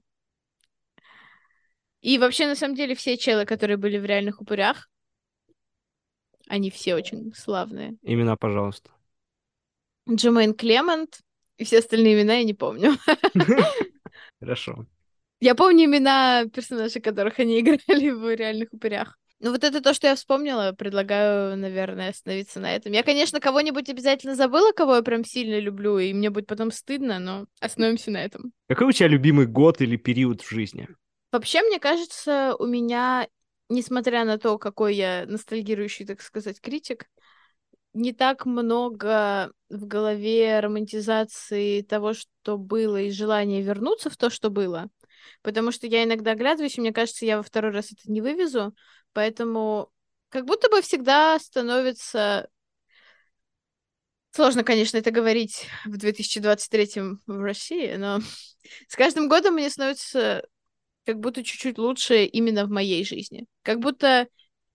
И вообще, на самом деле, все челы, которые были в «Реальных упырях», они все очень славные. Имена, пожалуйста. Джемейн Клемент и все остальные имена я не помню. Хорошо. Я помню имена персонажей, которых они играли в «Реальных упырях». Ну вот это то, что я вспомнила. Предлагаю, наверное, остановиться на этом. Я, конечно, кого-нибудь обязательно забыла, кого я прям сильно люблю, и мне будет потом стыдно, но остановимся на этом. Какой у тебя любимый год или период в жизни? Вообще, мне кажется, у меня, несмотря на то, какой я ностальгирующий, так сказать, критик, не так много в голове романтизации того, что было, и желания вернуться в то, что было. Потому что я иногда оглядываюсь, и мне кажется, я во второй раз это не вывезу. Поэтому как будто бы всегда становится... Сложно, конечно, это говорить в 2023 в России, но с каждым годом мне становится как будто чуть-чуть лучше именно в моей жизни. Как будто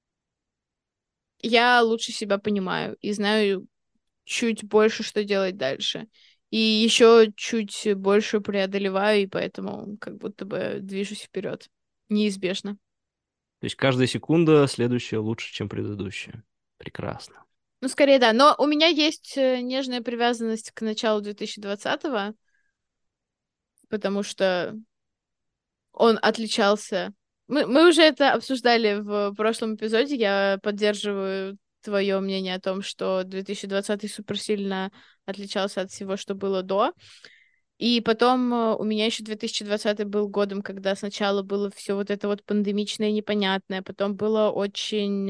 я лучше себя понимаю и знаю чуть больше, что делать дальше. И еще чуть больше преодолеваю, и поэтому как будто бы движусь вперед. Неизбежно. То есть каждая секунда следующая лучше, чем предыдущая. Прекрасно. Ну, скорее, да. Но у меня есть нежная привязанность к началу 2020-го, потому что он отличался. Мы уже это обсуждали в прошлом эпизоде. Я поддерживаю твое мнение о том, что 2020 супер сильно отличался от всего, что было до. И потом у меня еще 2020 был годом, когда сначала было все вот это вот пандемичное, непонятное, потом было очень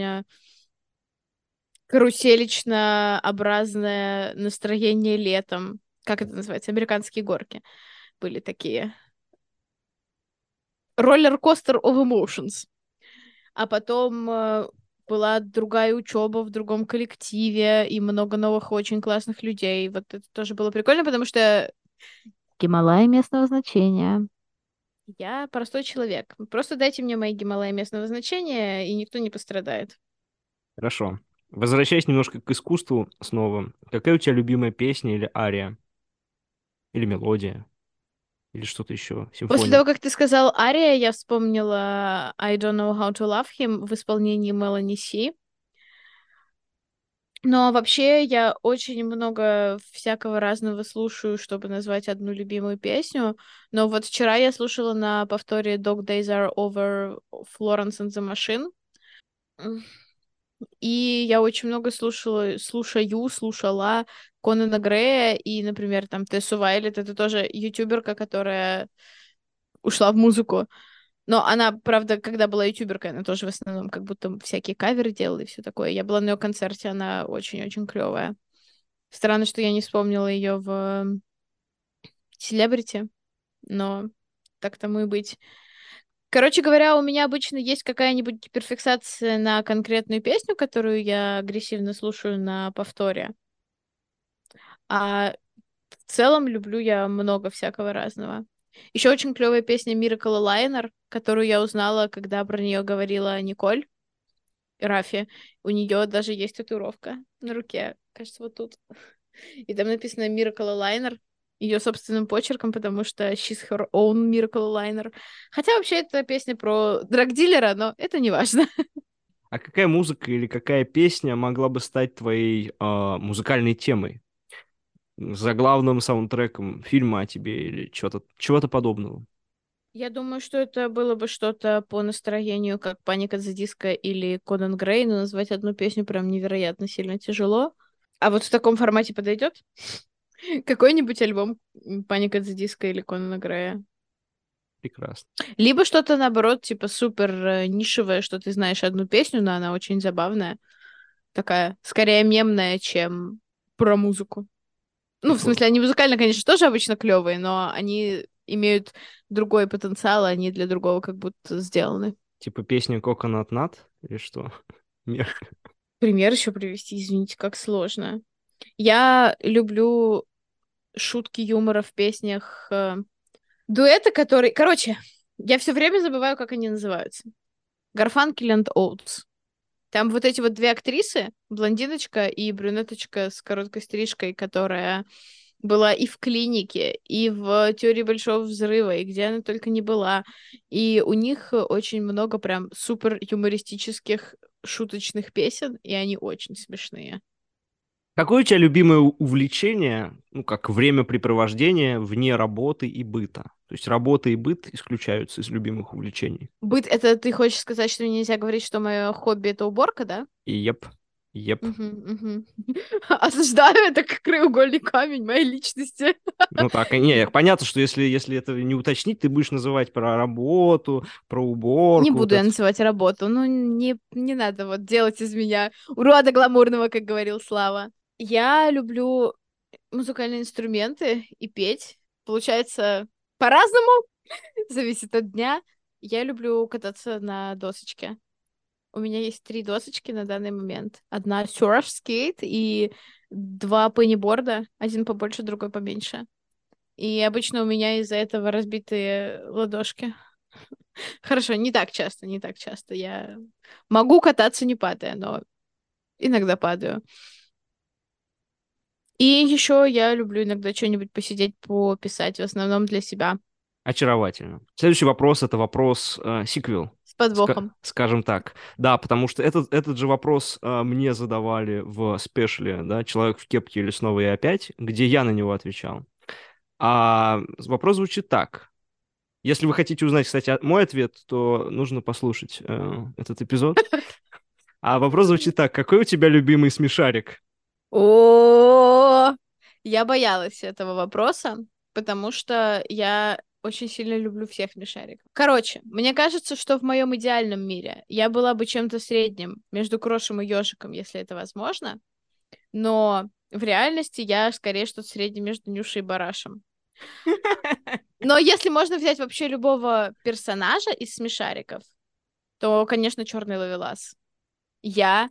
каруселично-образное настроение летом. Как это называется? Американские горки были такие. Роллер-костер of emotions. А потом была другая учеба в другом коллективе и много новых очень классных людей. Вот это тоже было прикольно, потому что Гималаи местного значения. Я простой человек. Просто дайте мне мои Гималаи местного значения, и никто не пострадает. Хорошо. Возвращаясь немножко к искусству снова. Какая у тебя любимая песня или ария? Или мелодия? Или что-то еще? После Симфония? того, как ты сказал Ария, я вспомнила I Don't Know How to Love Him в исполнении Мелани Си. Но вообще я очень много всякого разного слушаю, чтобы назвать одну любимую песню. Но вот вчера я слушала на повторе Dog Days Are Over Florence and the Machine. И я очень много слушала Конана Грея и, например, там Тессу Вайлет. Это тоже ютуберка, которая ушла в музыку. Но она, правда, когда была ютуберкой, она тоже в основном как будто всякие каверы делала и все такое. Я была на ее концерте, она очень-очень клевая. Странно, что я не вспомнила ее в Селебрити, но так тому и быть. Короче говоря, у меня обычно есть какая-нибудь гиперфиксация на конкретную песню, которую я агрессивно слушаю на повторе. А в целом люблю я много всякого разного. Еще очень клевая песня Miracle Liner, которую я узнала, когда про нее говорила Николь Рафи. У нее даже есть татуировка на руке, кажется, вот тут. И там написано Miracle Liner ее собственным почерком, потому что she's her own Miracle Liner. Хотя вообще это песня про драгдилера, но это не важно. А какая музыка или какая песня могла бы стать твоей музыкальной темой? Заглавным саундтреком фильма о тебе или чего-то подобного? Я думаю, что это было бы что-то по настроению, как Паника at the Disco или Conan Грей, но назвать одну песню прям невероятно сильно тяжело. А вот в таком формате подойдет? Какой-нибудь альбом Паника at the Disco или Конана Грея. Прекрасно. Либо что-то, наоборот, типа супер нишевое, что ты знаешь одну песню, но она очень забавная. Такая, скорее мемная, чем про музыку. Ну, в Типа, смысле, они музыкально, конечно, тоже обычно клевые, но они имеют другой потенциал, они для другого как будто сделаны. типа песня Coconut Nut или что? Мерка. Пример еще привести, извините, как сложно. Я люблю шутки юмора в песнях дуэта, который... Короче, Я все время забываю, как они называются. Гарфанкел and Оутс. Там вот эти вот две актрисы, блондиночка и брюнеточка с короткой стрижкой, которая была и в клинике, и в теории Большого взрыва, и где она только не была. И у них очень много прям супер юмористических шуточных песен, и они очень смешные. Какое у тебя любимое увлечение, ну, как времяпрепровождение вне работы и быта? То есть работа и быт исключаются из любимых увлечений. Быт, это ты хочешь сказать, что мне нельзя говорить, что мое хобби — это уборка, да? И еп. Мгм, мгм. Осуждаю это как краеугольный камень моей личности. Ну так, не, понятно, что если это не уточнить, ты будешь называть про работу, про Не уборку, вот буду я это. называть работу. Ну, не надо вот делать из меня урода гламурного, как говорил Слава. Я люблю музыкальные инструменты и петь. Получается, по-разному, зависит от дня. Я люблю кататься на досочке. У меня есть 3 досочки на данный момент. Одна surf skate и 2 пенниборда. Один побольше, другой поменьше. И обычно у меня из-за этого разбитые ладошки. Хорошо, не так часто, не так часто. Я могу кататься не падая, но иногда падаю. И еще я люблю иногда что-нибудь посидеть, пописать, в основном для себя, Очаровательно. Следующий вопрос — это вопрос сиквел, с подвохом. скажем так. Да, потому что этот же вопрос мне задавали в спешле, да, «Человек в кепке» или «Снова и опять», где я на него отвечал. А вопрос звучит так. Если вы хотите узнать, кстати, мой ответ, то нужно послушать этот эпизод. А вопрос звучит так. Какой у тебя любимый смешарик? О, я боялась этого вопроса, потому что я очень сильно люблю всех смешариков. Короче, мне кажется, что в моем идеальном мире я была бы чем-то средним между Крошем и Ежиком, если это возможно, но в реальности я скорее что-то среднее между Нюшей и Барашем. Но если можно взять вообще любого персонажа из смешариков, то, конечно, Черный Ловелас. Я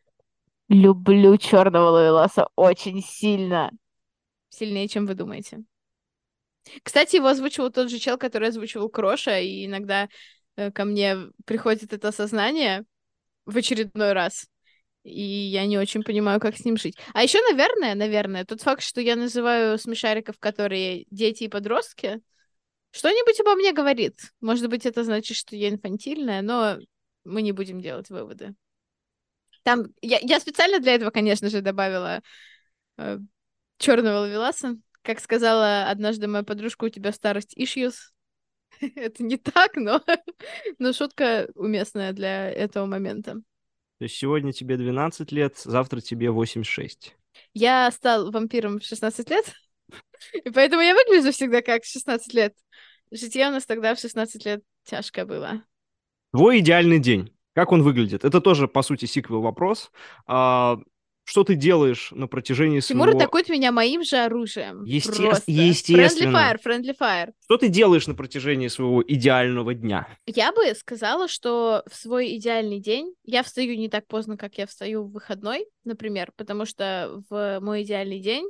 люблю Черного Ловеласа очень сильно. Сильнее, чем вы думаете. Кстати, его озвучивал тот же чел, который озвучивал Кроша, и иногда ко мне приходит это осознание в очередной раз. И я не очень понимаю, как с ним жить. А еще, наверное, тот факт, что я называю смешариков, которые дети и подростки, что-нибудь обо мне говорит. Может быть, это значит, что я инфантильная, но мы не будем делать выводы. Там я специально для этого, конечно же, добавила э, черного ловеласа. Как сказала однажды моя подружка, у тебя старость issues. Это не так, но шутка уместная для этого момента. То есть сегодня тебе 12 лет, завтра тебе 86. Я стал вампиром в 16 лет, и поэтому я выгляжу всегда как в 16 лет. Житье у нас тогда в 16 лет тяжкое было. Твой идеальный день. Как он выглядит? Это тоже, по сути, сиквел вопрос. А, что ты делаешь на протяжении Тимур своего... атакует меня моим же оружием. Просто. Friendly Естественно. fire, friendly fire. Что ты делаешь на протяжении своего идеального дня? Я бы сказала, что в свой идеальный день я встаю не так поздно, как я встаю в выходной, например, потому что в мой идеальный день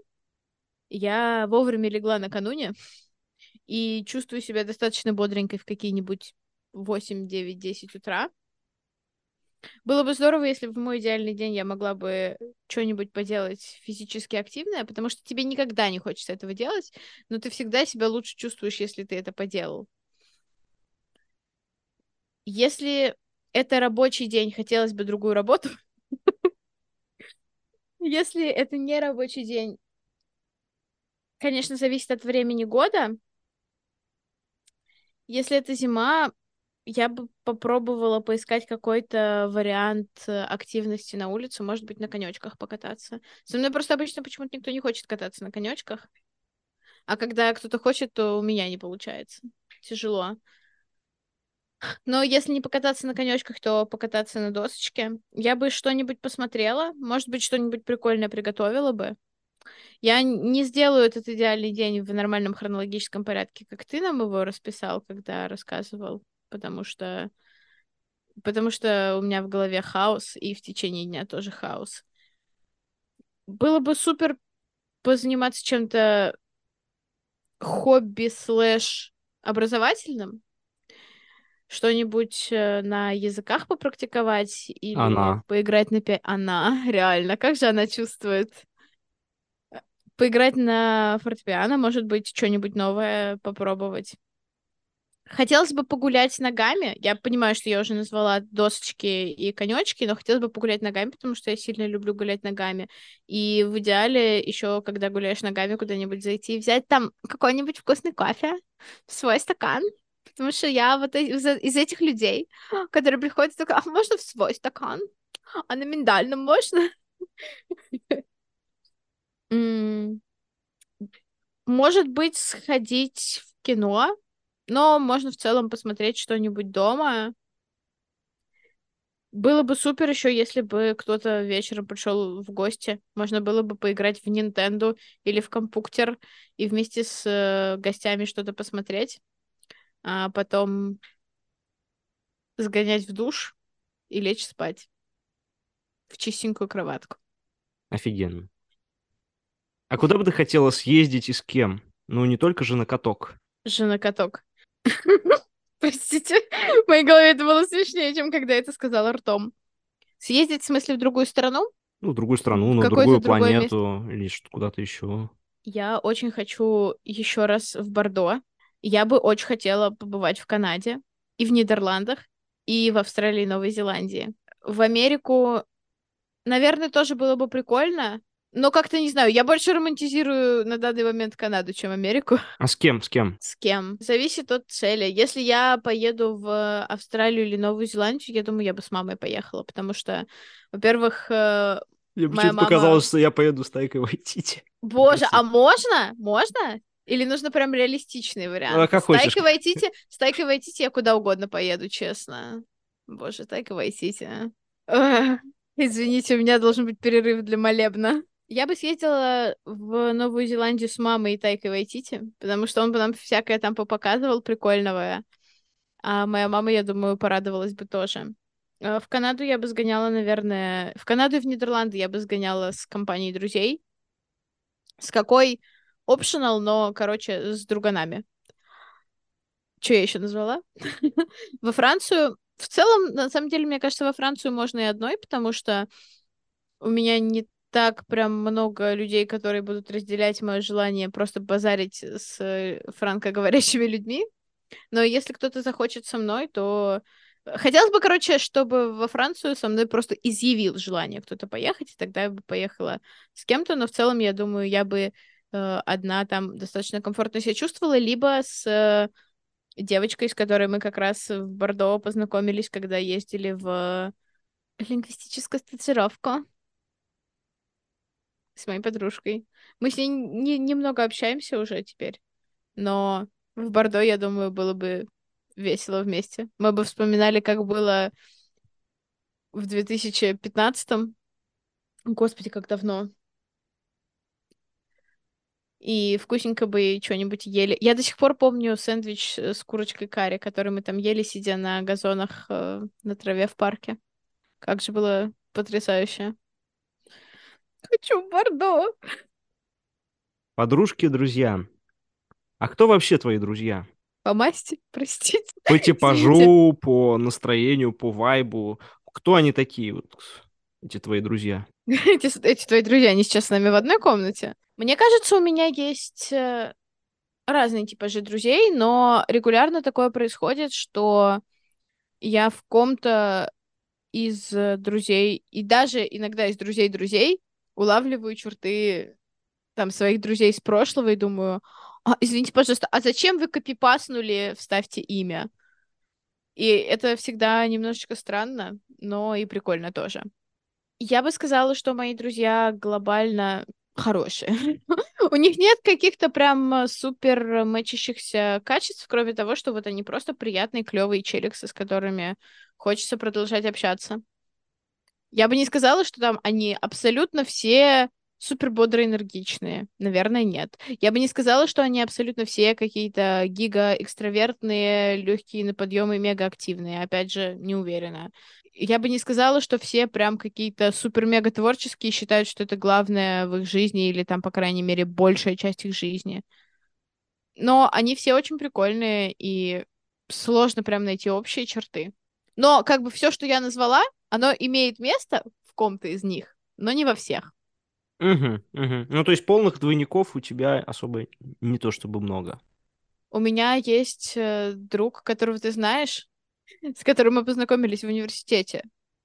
я вовремя легла накануне и чувствую себя достаточно бодренькой в какие-нибудь 8, 9, 10 утра. Было бы здорово, если в мой идеальный день я могла бы что-нибудь поделать физически активное, потому что тебе никогда не хочется этого делать, но ты всегда себя лучше чувствуешь, если ты это поделал. Если это рабочий день, хотелось бы другую работу. Если это не рабочий день, конечно, зависит от времени года. Если это зима, я бы попробовала поискать какой-то вариант активности на улице, может быть, на конечках покататься. Со мной просто обычно почему-то никто не хочет кататься на конечках, а когда кто-то хочет, то у меня не получается. Тяжело. Но если не покататься на конечках, то покататься на досочке. Я бы что-нибудь посмотрела, может быть, что-нибудь прикольное приготовила бы. Я не сделаю этот идеальный день в нормальном хронологическом порядке, как ты нам его расписал, когда рассказывал, потому что у меня в голове хаос, и в течение дня тоже хаос. Было бы супер позаниматься чем-то хобби слэш образовательным. Что-нибудь на языках попрактиковать или Она. поиграть на Она, реально, как же она чувствует? Поиграть на фортепиано, может быть, что-нибудь новое попробовать. Хотелось бы погулять ногами. Я понимаю, что я уже назвала досочки и конечки, но хотелось бы погулять ногами, потому что я сильно люблю гулять ногами. И в идеале еще, когда гуляешь ногами, куда-нибудь зайти и взять там какой-нибудь вкусный кофе в свой стакан. Потому что я вот из этих людей, которые приходят и такая, а можно в свой стакан? А на миндальном можно? М, Может быть, сходить в кино, но можно в целом посмотреть что-нибудь дома. Было бы супер еще, если бы кто-то вечером пришел в гости. Можно было бы поиграть в Nintendo или в компьютер и вместе с гостями что-то посмотреть, а потом сгонять в душ и лечь спать в чистенькую кроватку. Офигенно. А куда бы ты хотела съездить и с кем? Ну, не только же на каток. Жена-каток. Простите, в моей голове это было смешнее, чем когда я это сказала ртом. Съездить, в смысле, в другую страну? Ну, в другую страну, В на какое-то другую другое место? планету или куда-то еще. Я очень хочу еще раз в Бордо. Я бы очень хотела побывать в Канаде и в Нидерландах, и в Австралии и Новой Зеландии. В Америку, наверное, тоже было бы прикольно, но как-то не знаю, я больше романтизирую на данный момент Канаду, чем Америку. А с кем? С кем? С кем? Зависит от цели. Если я поеду в Австралию или Новую Зеландию, я думаю, я бы с мамой поехала, потому что, во-первых, Мне моя почему-то мама... показалось, что я поеду с Тайкой Вайтити в Боже, а Россию. можно? Можно? Или нужно прям реалистичный Ну, а вариант? как хочешь. С Тайкой Вайтити я куда угодно поеду, честно. Боже, Тайка Вайтити. Ugh. Извините, у меня должен быть перерыв для молебна. Я бы съездила в Новую Зеландию с мамой и Тайкой Вайтити, потому что он бы нам всякое там попоказывал прикольного. А моя мама, я думаю, порадовалась бы тоже. В Канаду я бы сгоняла, наверное... В Канаду и в Нидерланды я бы сгоняла с компанией друзей. С какой? Optional, но, короче, с друганами. Что я еще назвала? Во Францию. В целом, на самом деле, мне кажется, во Францию можно и одной, потому что у меня не так прям много людей, которые будут разделять мое желание просто базарить с франкоговорящими людьми. Но если кто-то захочет со мной, то... Хотелось бы, короче, чтобы во Францию со мной просто изъявил желание кто-то поехать, и тогда я бы поехала с кем-то, но в целом, я думаю, я бы одна там достаточно комфортно себя чувствовала, либо с девочкой, с которой мы как раз в Бордо познакомились, когда ездили в лингвистическую стажировку с моей подружкой. Мы с ней немного общаемся уже теперь, но в Бордо, я думаю, было бы весело вместе. Мы бы вспоминали, как было в 2015-м. Господи, как давно. И вкусненько бы что-нибудь ели. Я до сих пор помню сэндвич с курочкой карри, который мы там ели, сидя на газонах на траве в парке. Как же было потрясающе. Хочу в Бордо. Подружки, друзья. А кто вообще твои друзья? По масти, простите. По Извините. типажу, по настроению, по вайбу. Кто они такие, вот, эти твои друзья? Эти твои друзья, они сейчас с нами в одной комнате. Мне кажется, у меня есть разные типажи друзей, но регулярно такое происходит, что я в ком-то из друзей, и даже иногда из друзей друзей, улавливаю черты там своих друзей из прошлого и думаю, извините, пожалуйста, а зачем вы копипаснули, вставьте имя? И это всегда немножечко странно, но и прикольно тоже. Я бы сказала, что мои друзья глобально хорошие. У них нет каких-то прям супер мэчащихся качеств, кроме того, что вот они просто приятные, клевые челиксы, с которыми хочется продолжать общаться. Я бы не сказала, что там они абсолютно все супер бодрые, энергичные. Наверное, нет. Я бы не сказала, что они абсолютно все какие-то гига-экстравертные, легкие на подъем и мега-активные. Опять же, не уверена. Я бы не сказала, что все прям какие-то супер-мега творческие, считают, что это главное в их жизни или там, по крайней мере, большая часть их жизни. Но они все очень прикольные, и сложно прям найти общие черты. Но как бы все, что я назвала, оно имеет место в ком-то из них, но не во всех. Угу, угу. Ну, то есть полных двойников у тебя особо не то чтобы много. У меня есть друг, которого ты знаешь, с которым мы познакомились в университете.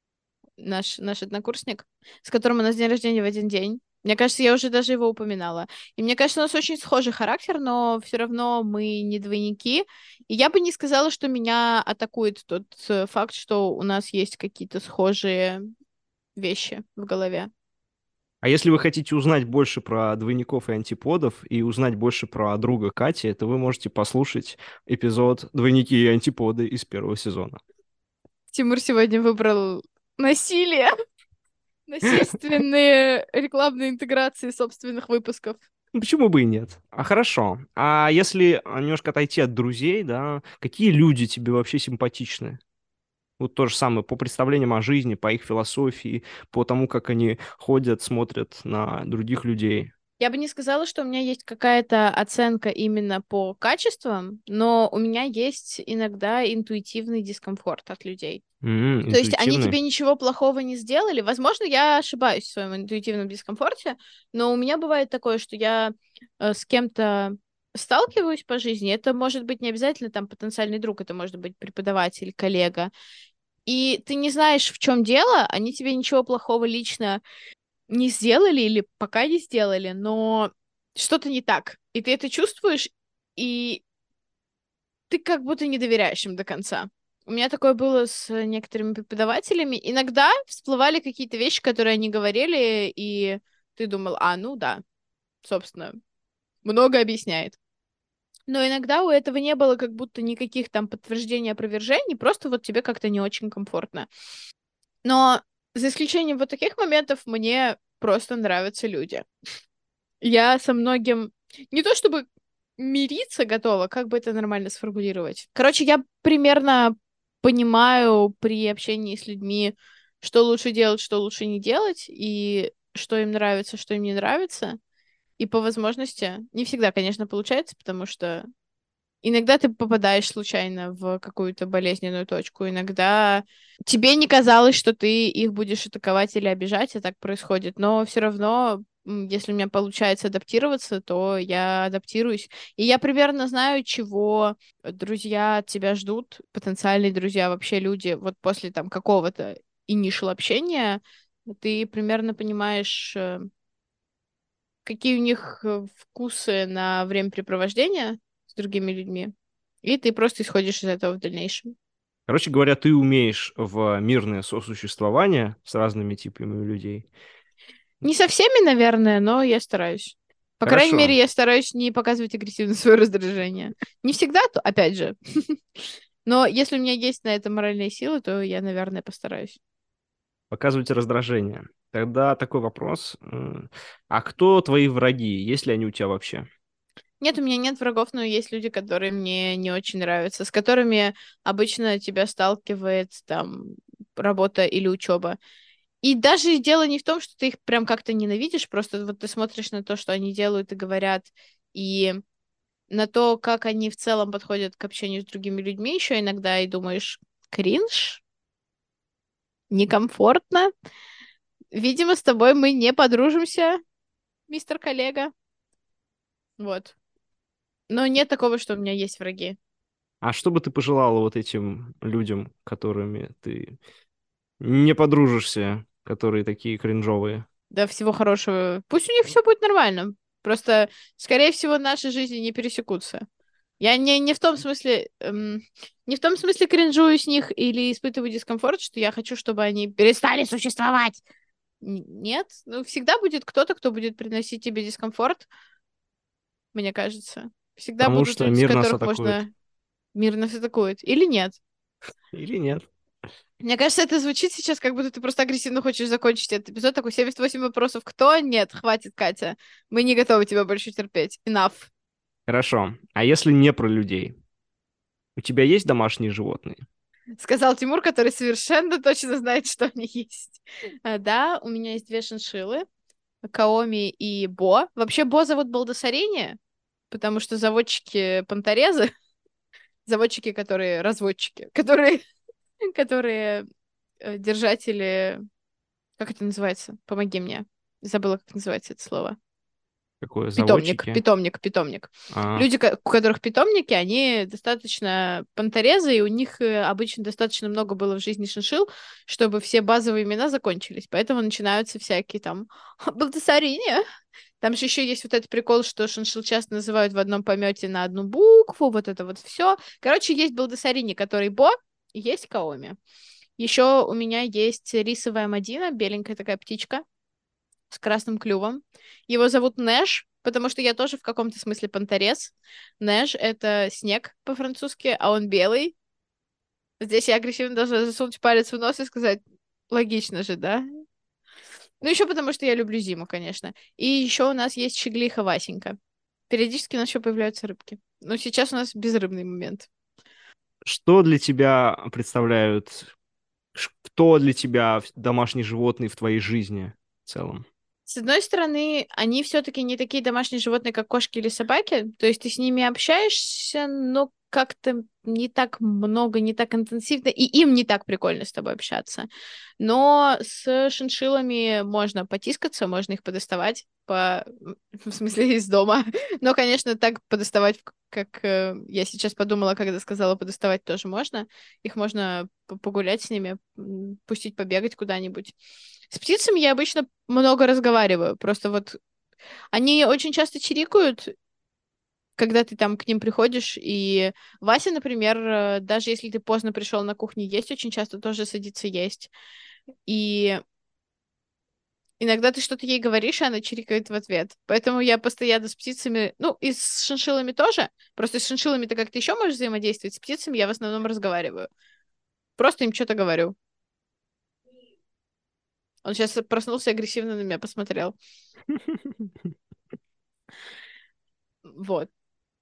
Наш однокурсник, с которым у нас день рождения в один день. Мне кажется, я уже даже его упоминала. И мне кажется, у нас очень схожий характер, но все равно мы не двойники. И я бы не сказала, что меня атакует тот факт, что у нас есть какие-то схожие вещи в голове. А если вы хотите узнать больше про двойников и антиподов и узнать больше про друга Кати, то вы можете послушать эпизод «Двойники и антиподы» из первого сезона. Тимур сегодня выбрал насилие, насильственные рекламные интеграции собственных выпусков. Ну, почему бы и нет? А хорошо. А если немножко отойти от друзей, да, какие люди тебе вообще симпатичны? Вот то же самое по представлениям о жизни, по их философии, по тому, как они ходят, смотрят на других людей. Я бы не сказала, что у меня есть какая-то оценка именно по качествам, но у меня есть иногда интуитивный дискомфорт от людей. То есть они Интуитивный. тебе ничего плохого не сделали. Возможно, я ошибаюсь в своем интуитивном дискомфорте, но у меня бывает такое, что я с кем-то сталкиваюсь по жизни. Это может быть не обязательно там потенциальный друг, это может быть преподаватель, коллега. И ты не знаешь, в чем дело, они тебе ничего плохого лично не сделали или пока не сделали, но что-то не так. И ты это чувствуешь, и ты как будто не доверяешь им до конца. У меня такое было с некоторыми преподавателями. Иногда всплывали какие-то вещи, которые они говорили, и ты думал, ну да, собственно, много объясняет. Но иногда у этого не было как будто никаких там подтверждений, опровержений, просто вот тебе как-то не очень комфортно. Но за исключением вот таких моментов мне просто нравятся люди. Я со многим не то чтобы мириться готова, как бы это нормально сформулировать. Короче, я примерно понимаю при общении с людьми, что лучше делать, что лучше не делать, и что им нравится, что им не нравится. И по возможности, не всегда, конечно, получается, потому что иногда ты попадаешь случайно в какую-то болезненную точку, иногда тебе не казалось, что ты их будешь атаковать или обижать, и так происходит, но все равно, если у меня получается адаптироваться, то я адаптируюсь. И я примерно знаю, чего друзья от тебя ждут, потенциальные друзья, вообще люди, вот после там какого-то initial общения, ты примерно понимаешь, какие у них вкусы на времяпрепровождение с другими людьми, и ты просто исходишь из этого в дальнейшем. Короче говоря, ты умеешь в мирное сосуществование с разными типами людей. Не со всеми, наверное, но я стараюсь. По крайней Хорошо. мере, я стараюсь не показывать агрессивно свое раздражение. Не всегда, то опять же. Но если у меня есть на это моральные силы, то я, наверное, постараюсь. Показывайте раздражение. Тогда такой вопрос. А кто твои враги? Есть ли они у тебя вообще? Нет, у меня нет врагов, но есть люди, которые мне не очень нравятся, с которыми обычно тебя сталкивает там работа или учеба. И даже дело не в том, что ты их прям как-то ненавидишь, просто вот ты смотришь на то, что они делают и говорят, и на то, как они в целом подходят к общению с другими людьми еще иногда, и думаешь, кринж, некомфортно. Видимо, с тобой мы не подружимся, мистер коллега. Вот. Но нет такого, что у меня есть враги. А что бы ты пожелала вот этим людям, которыми ты не подружишься, которые такие кринжовые? Да, всего хорошего. Пусть у них все будет нормально. Просто, скорее всего, наши жизни не пересекутся. Я не в том смысле, не в том смысле кринжую с них или испытываю дискомфорт, что я хочу, чтобы они перестали существовать. Нет, ну всегда будет кто-то, кто будет приносить тебе дискомфорт, мне кажется. Всегда Потому будут что люди, с мир нас которых атакует. можно мирно атакует. Или нет. Или нет? Мне кажется, это звучит сейчас, как будто ты просто агрессивно хочешь закончить этот эпизод. Такой 78 вопросов. Кто? Нет, хватит, Катя. Мы не готовы тебя больше терпеть. Enough. Хорошо. А если не про людей? У тебя есть домашние животные? Сказал Тимур, который совершенно точно знает, что они есть. Да, у меня есть две шиншиллы. Каоми и Бо. Вообще Бо зовут Балдасарение, потому что заводчики понторезы. заводчики, которые разводчики, которые держатели... Как это называется? Помоги мне. Забыла, как называется это слово. Какое, Питомник, заводчики? питомник, питомник. А, Люди, у которых питомники, они достаточно понторезы, и у них обычно достаточно много было в жизни шиншилл, чтобы все базовые имена закончились. Поэтому начинаются всякие там Балтасарини. Там же еще есть вот этот прикол, что шиншилл часто называют в одном помете на одну букву, вот это вот все. Короче, есть Балдасарини, который Бо, и есть Каоми. Еще у меня есть рисовая Мадина, беленькая такая птичка с красным клювом. Его зовут Нэш, потому что я тоже в каком-то смысле понторез. Нэш — это снег по-французски, а он белый. Здесь я агрессивно должна засунуть палец в нос и сказать, логично же, да? Ну, еще потому что я люблю зиму, конечно. И еще у нас есть щеглиха Васенька. Периодически у нас еще появляются рыбки. Но сейчас у нас безрыбный момент. что для тебя представляют, кто для тебя домашний животный в твоей жизни в целом? С одной стороны, они все-таки не такие домашние животные, как кошки или собаки. То есть ты с ними общаешься, но как-то не так много, не так интенсивно, и им не так прикольно с тобой общаться. Но с шиншиллами можно потискаться, можно их подоставать, в смысле из дома. Но, конечно, так подоставать, как я сейчас подумала, когда сказала подоставать, тоже можно. Их можно погулять с ними, пустить побегать куда-нибудь. С птицами я обычно много разговариваю. Просто вот они очень часто чирикают, когда ты там к ним приходишь. И Вася, например, даже если ты поздно пришел на кухню есть, очень часто тоже садится есть. И иногда ты что-то ей говоришь, и она чирикает в ответ. Поэтому я постоянно с птицами, ну, и с шиншиллами тоже. Просто с шиншиллами-то как-то еще можешь взаимодействовать. С птицами я в основном разговариваю. Просто им что-то говорю. Он сейчас проснулся и агрессивно на меня посмотрел. Вот.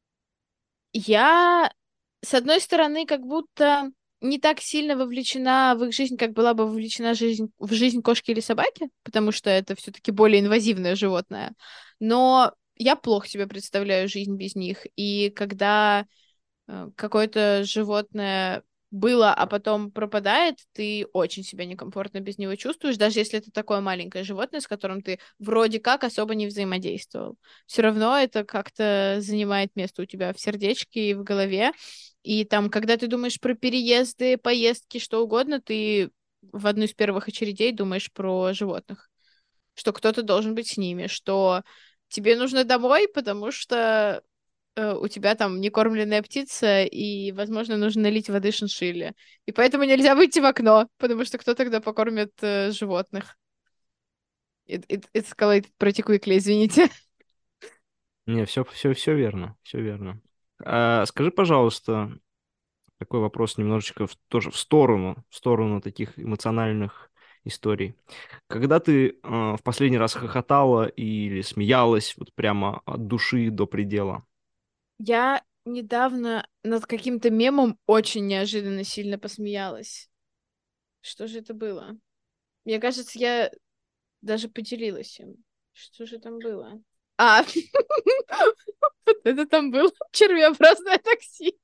Я, с одной стороны, как будто не так сильно вовлечена в их жизнь, как была бы вовлечена в жизнь кошки или собаки, потому что это все-таки более инвазивное животное. Но я плохо себе представляю жизнь без них. И когда какое-то животное было, а потом пропадает, ты очень себя некомфортно без него чувствуешь, даже если это такое маленькое животное, с которым ты вроде как особо не взаимодействовал. Все равно это как-то занимает место у тебя в сердечке и в голове. И там, когда ты думаешь про переезды, поездки, что угодно, ты в одну из первых очередей думаешь про животных, что кто-то должен быть с ними, что тебе нужно домой, потому что у тебя там некормленная птица, и, возможно, нужно налить воды шиншилле. И поэтому нельзя выйти в окно, потому что кто тогда покормит животных? Это сказала про Тиквикли, извините. Не, все верно, все верно. Скажи, пожалуйста, такой вопрос немножечко тоже в сторону таких эмоциональных историй. Когда ты в последний раз хохотала или смеялась вот прямо от души до предела? Я недавно над каким-то мемом очень неожиданно сильно посмеялась. Что же это было? Мне кажется, я даже поделилась им. Что же там было? А, вот это там было червеобразное такси.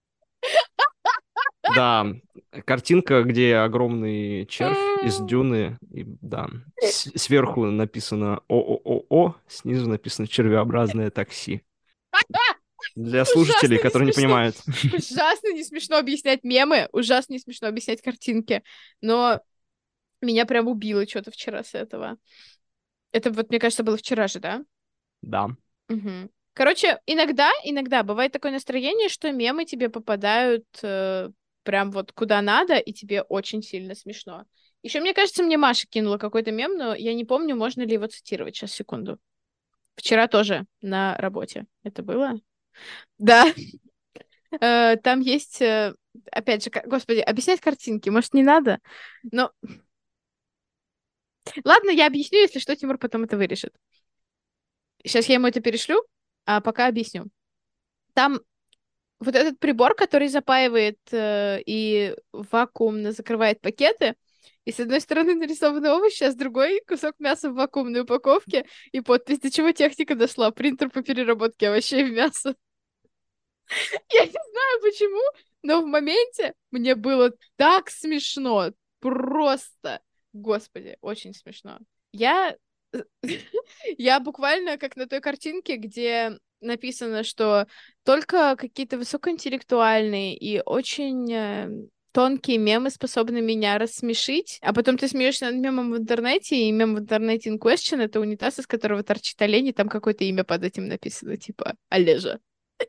Да, картинка, где огромный червь из дюны, и, да, сверху написано ООО, снизу написано червеобразное такси. Для слушателей, Ужасно не которые не смешно. понимают. Ужасно не смешно объяснять мемы, ужасно не смешно объяснять картинки. Но меня прям убило что-то вчера с этого. Это вот, мне кажется, было вчера же, да? Да. Мгм. Короче, иногда бывает такое настроение, что мемы тебе попадают прям вот куда надо, и тебе очень сильно смешно. Еще, мне кажется, мне Маша кинула какой-то мем, но я не помню, можно ли его цитировать. Сейчас, секунду. Вчера тоже на работе это было. Да, там есть, опять же, господи, объяснять картинки, может, не надо? Но ладно, я объясню, если что, Тимур потом это вырежет. Сейчас я ему это перешлю, а пока объясню. Там вот этот прибор, который запаивает и вакуумно закрывает пакеты, и с одной стороны нарисованы овощи, а с другой кусок мяса в вакуумной упаковке и подпись, до чего техника дошла, принтер по переработке овощей в мясо. Я не знаю почему, но в моменте мне было так смешно. Просто. Господи, очень смешно. Я... Я буквально как на той картинке, где написано, что только какие-то высокоинтеллектуальные и очень тонкие мемы способны меня рассмешить, а потом ты смеешься над мемом в интернете, и мем в интернете in question — это унитаз, из которого торчит олень, и там какое-то имя под этим написано, типа Олежа.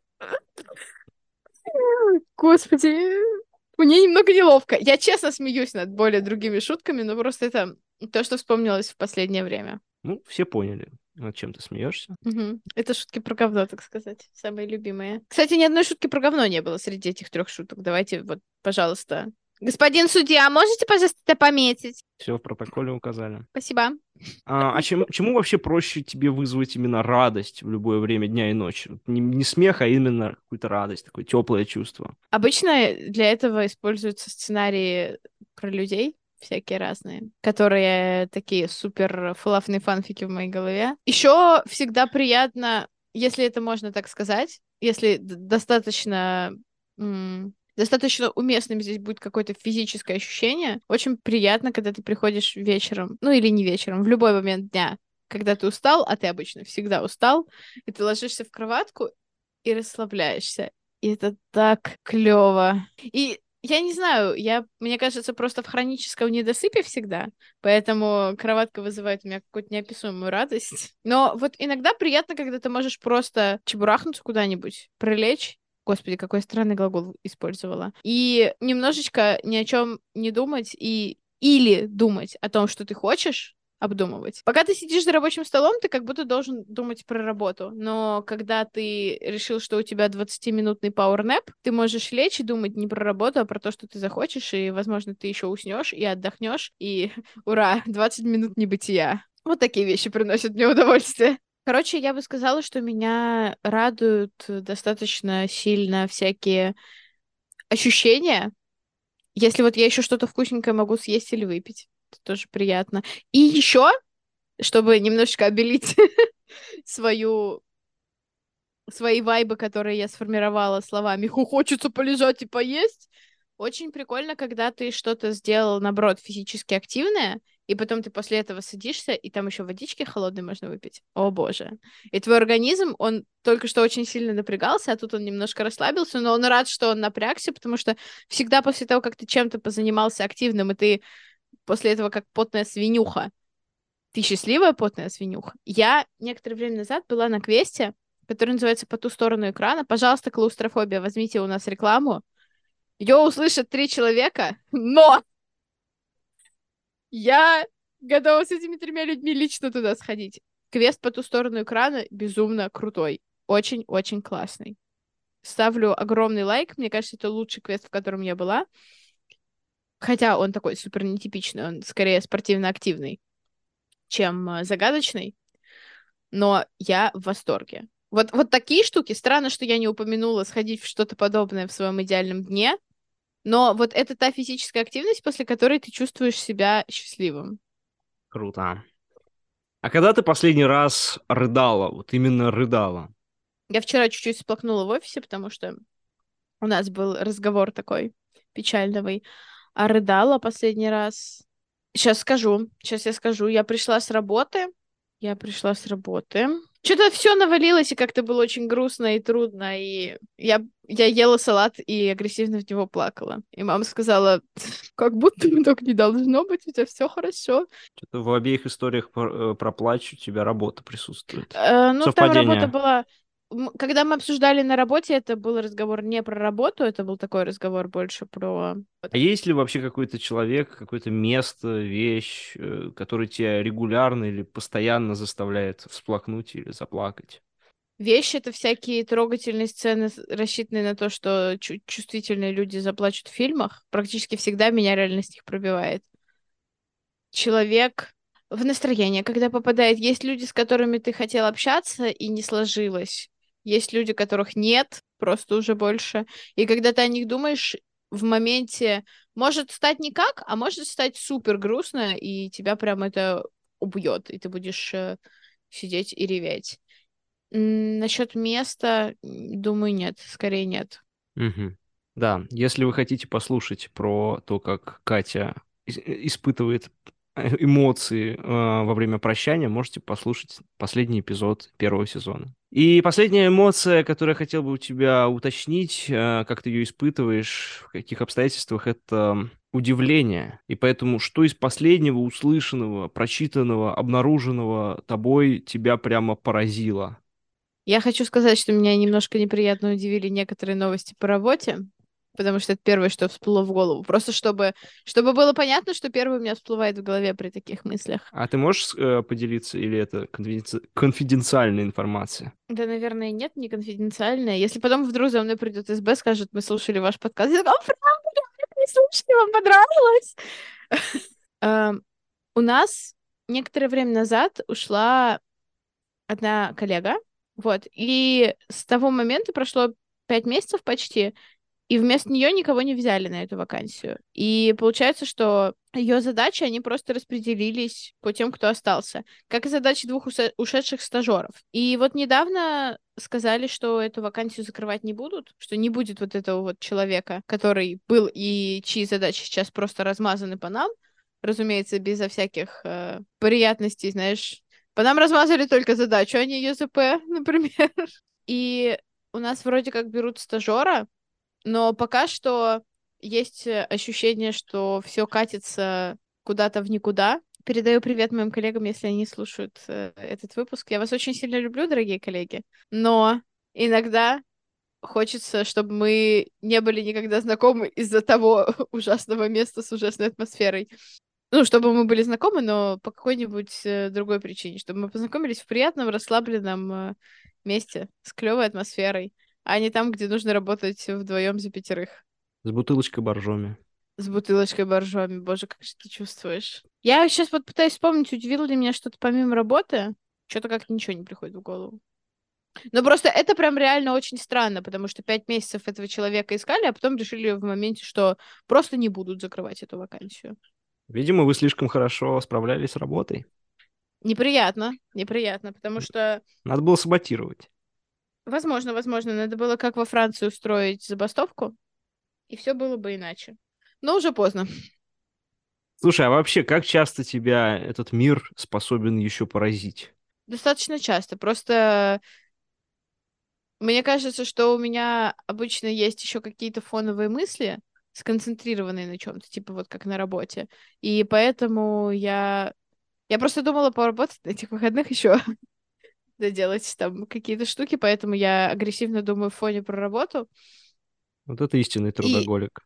Господи, мне немного неловко. Я честно смеюсь над более другими шутками, но просто это то, что вспомнилось в последнее время. Ну, все поняли, над чем ты смеешься. Мгм. Это шутки про говно, так сказать, самые любимые. Кстати, ни одной шутки про говно не было среди этих 3 шуток. Давайте вот, пожалуйста. Господин судья, можете, пожалуйста, это пометить? Все в протоколе указали. Спасибо. Чему вообще проще тебе вызвать именно радость в любое время дня и ночи? Вот не смех, а именно какую-то радость, такое теплое чувство. Обычно для этого используются сценарии про людей, всякие разные, которые такие супер флафные фанфики в моей голове. Еще всегда приятно, если это можно так сказать, если достаточно уместным здесь будет какое-то физическое ощущение. Очень приятно, когда ты приходишь вечером, ну или не вечером, в любой момент дня, когда ты устал, а ты обычно всегда устал, и ты ложишься в кроватку и расслабляешься. И это так клево. И я не знаю, мне кажется, просто в хроническом недосыпе всегда, поэтому кроватка вызывает у меня какую-то неописуемую радость. Но вот иногда приятно, когда ты можешь просто чебурахнуться куда-нибудь, прилечь. Господи, какой странный глагол использовала. И немножечко ни о чем не думать или думать о том, что ты хочешь, обдумывать. Пока ты сидишь за рабочим столом, ты как будто должен думать про работу. Но когда ты решил, что у тебя 20-минутный пауэрнэп, ты можешь лечь и думать не про работу, а про то, что ты захочешь, и, возможно, ты еще уснешь и отдохнешь, и ура, 20 минут небытия. Вот такие вещи приносят мне удовольствие. Короче, я бы сказала, что меня радуют достаточно сильно всякие ощущения. Если вот я еще что-то вкусненькое могу съесть или выпить, это тоже приятно. И еще, чтобы немножечко обелить свою свои вайбы, которые я сформировала словами хочется полежать и поесть». Очень прикольно, когда ты что-то сделал, наоборот, физически активное, и потом ты после этого садишься, и там еще водички холодной можно выпить. О, боже. И твой организм, он только что очень сильно напрягался, а тут он немножко расслабился, но он рад, что он напрягся, потому что всегда после того, как ты чем-то позанимался активным, и ты после этого как потная свинюха, ты счастливая потная свинюха. Я некоторое время назад была на квесте, который называется «По ту сторону экрана». Пожалуйста, клаустрофобия, возьмите у нас рекламу. Ее услышат 3 человека, но я готова с этими 3 людьми лично туда сходить. Квест «По ту сторону экрана» безумно крутой. Очень-очень классный. Ставлю огромный лайк. Мне кажется, это лучший квест, в котором я была. Хотя он такой супер нетипичный, он скорее спортивно-активный, чем загадочный. Но я в восторге. Вот такие штуки. Странно, что я не упомянула сходить в что-то подобное в своем идеальном дне, но вот это та физическая активность, после которой ты чувствуешь себя счастливым. Круто. А когда ты последний раз рыдала, вот именно рыдала? Я вчера чуть-чуть всплакнула в офисе, потому что у нас был разговор такой печальный. А рыдала последний раз. Сейчас я скажу. Я пришла с работы. Что-то все навалилось, и как-то было очень грустно и трудно, и я ела салат и агрессивно в него плакала. И мама сказала, как будто бы так не должно быть, у тебя все хорошо. Что-то в обеих историях про плач у тебя работа присутствует. Ну, там работа Совпадение. была... Когда мы обсуждали на работе, это был разговор не про работу, это был такой разговор больше про... А есть ли вообще какой-то человек, какое-то место, вещь, который тебя регулярно или постоянно заставляет всплакнуть или заплакать? Вещи — это всякие трогательные сцены, рассчитанные на то, что чувствительные люди заплачут в фильмах. Практически всегда меня реально с них пробивает. Человек в настроение, когда попадает. Есть люди, с которыми ты хотел общаться, и не сложилось. Есть люди, которых нет, просто уже больше. И когда ты о них думаешь, в моменте может стать никак, а может стать супер грустно, и тебя прям это убьет, и ты будешь сидеть и реветь. Насчет места, думаю, нет, скорее нет. Мгм. Да, если вы хотите послушать про то, как Катя испытывает эмоции во время прощания, можете послушать последний эпизод первого сезона. И последняя эмоция, которую я хотел бы у тебя уточнить, как ты ее испытываешь, в каких обстоятельствах, это удивление. И поэтому, что из последнего услышанного, прочитанного, обнаруженного тобой тебя прямо поразило? Я хочу сказать, что меня немножко неприятно удивили некоторые новости по работе, потому что это первое, что всплыло в голову. Просто чтобы было понятно, что первое у меня всплывает в голове при таких мыслях. А ты можешь поделиться, или это конфиденциальная информация? Да, наверное, нет, не конфиденциальное. Если потом вдруг за мной придет СБ, скажет, мы слушали ваш подкаст, я такая, «О, правда, мы слушали, вам понравилось?» У нас некоторое время назад ушла одна коллега, вот, и с того момента прошло 5 месяцев почти, и вместо нее никого не взяли на эту вакансию. И получается, что ее задачи, они просто распределились по тем, кто остался, как и задачи двух ушедших стажеров. И вот недавно сказали, что эту вакансию закрывать не будут, что не будет вот этого вот человека, который был и чьи задачи сейчас просто размазаны по нам, разумеется, безо всяких приятностей, знаешь. По нам размазали только задачу, а не ЕЗП, например. И у нас вроде как берут стажера, но пока что есть ощущение, что все катится куда-то в никуда. Передаю привет моим коллегам, если они слушают этот выпуск. Я вас очень сильно люблю, дорогие коллеги, но иногда хочется, чтобы мы не были никогда знакомы из-за того ужасного места с ужасной атмосферой. Ну, чтобы мы были знакомы, но по какой-нибудь другой причине, чтобы мы познакомились в приятном, расслабленном месте с клевой атмосферой, а не там, где нужно работать вдвоем за 5. С бутылочкой боржоми. С бутылочкой боржоми. Боже, как же ты чувствуешь? Я сейчас вот пытаюсь вспомнить, удивило ли меня что-то помимо работы. Что-то как-то ничего не приходит в голову. Но просто это прям реально очень странно, потому что 5 месяцев этого человека искали, а потом решили в моменте, что просто не будут закрывать эту вакансию. Видимо, вы слишком хорошо справлялись с работой. Неприятно, неприятно, потому что, Надо было саботировать. возможно, надо было как во Франции устроить забастовку, и все было бы иначе. Но уже поздно. Слушай, а вообще, как часто тебя этот мир способен еще поразить? Достаточно часто. Просто мне кажется, что у меня обычно есть еще какие-то фоновые мысли, сконцентрированные на чем-то, типа вот как на работе. И поэтому я просто думала поработать на этих выходных еще, доделать там какие-то штуки, поэтому я агрессивно думаю в фоне про работу. Вот это истинный И трудоголик.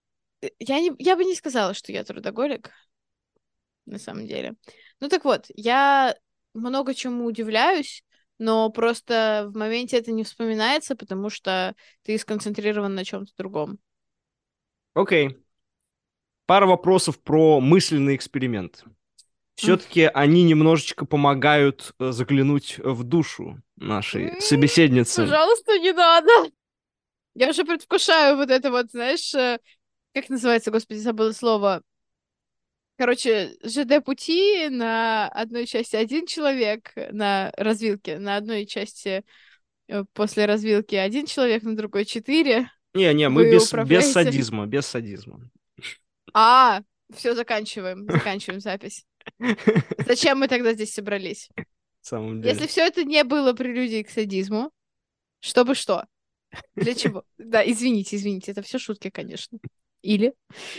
я бы не сказала, что я трудоголик, на самом деле. Ну так вот, я много чему удивляюсь, но просто в моменте это не вспоминается, потому что ты сконцентрирован на чем-то другом. Окей. Пара вопросов про мысленный эксперимент. М. Все-таки они немножечко помогают заглянуть в душу нашей собеседницы. Пожалуйста, не надо. Я уже предвкушаю вот это вот, знаешь, как называется, господи, забыла слово. Короче, ЖД-пути на одной части один человек на развилке, на одной части после развилки один человек, на другой 4. Не, мы Вы без управляете. садизма, без садизма. А, все, заканчиваем запись. Зачем мы тогда здесь собрались? В самом Если деле. все это не было прелюдией к садизму, чтобы что? Для чего? Да, извините, это все шутки, конечно. Или?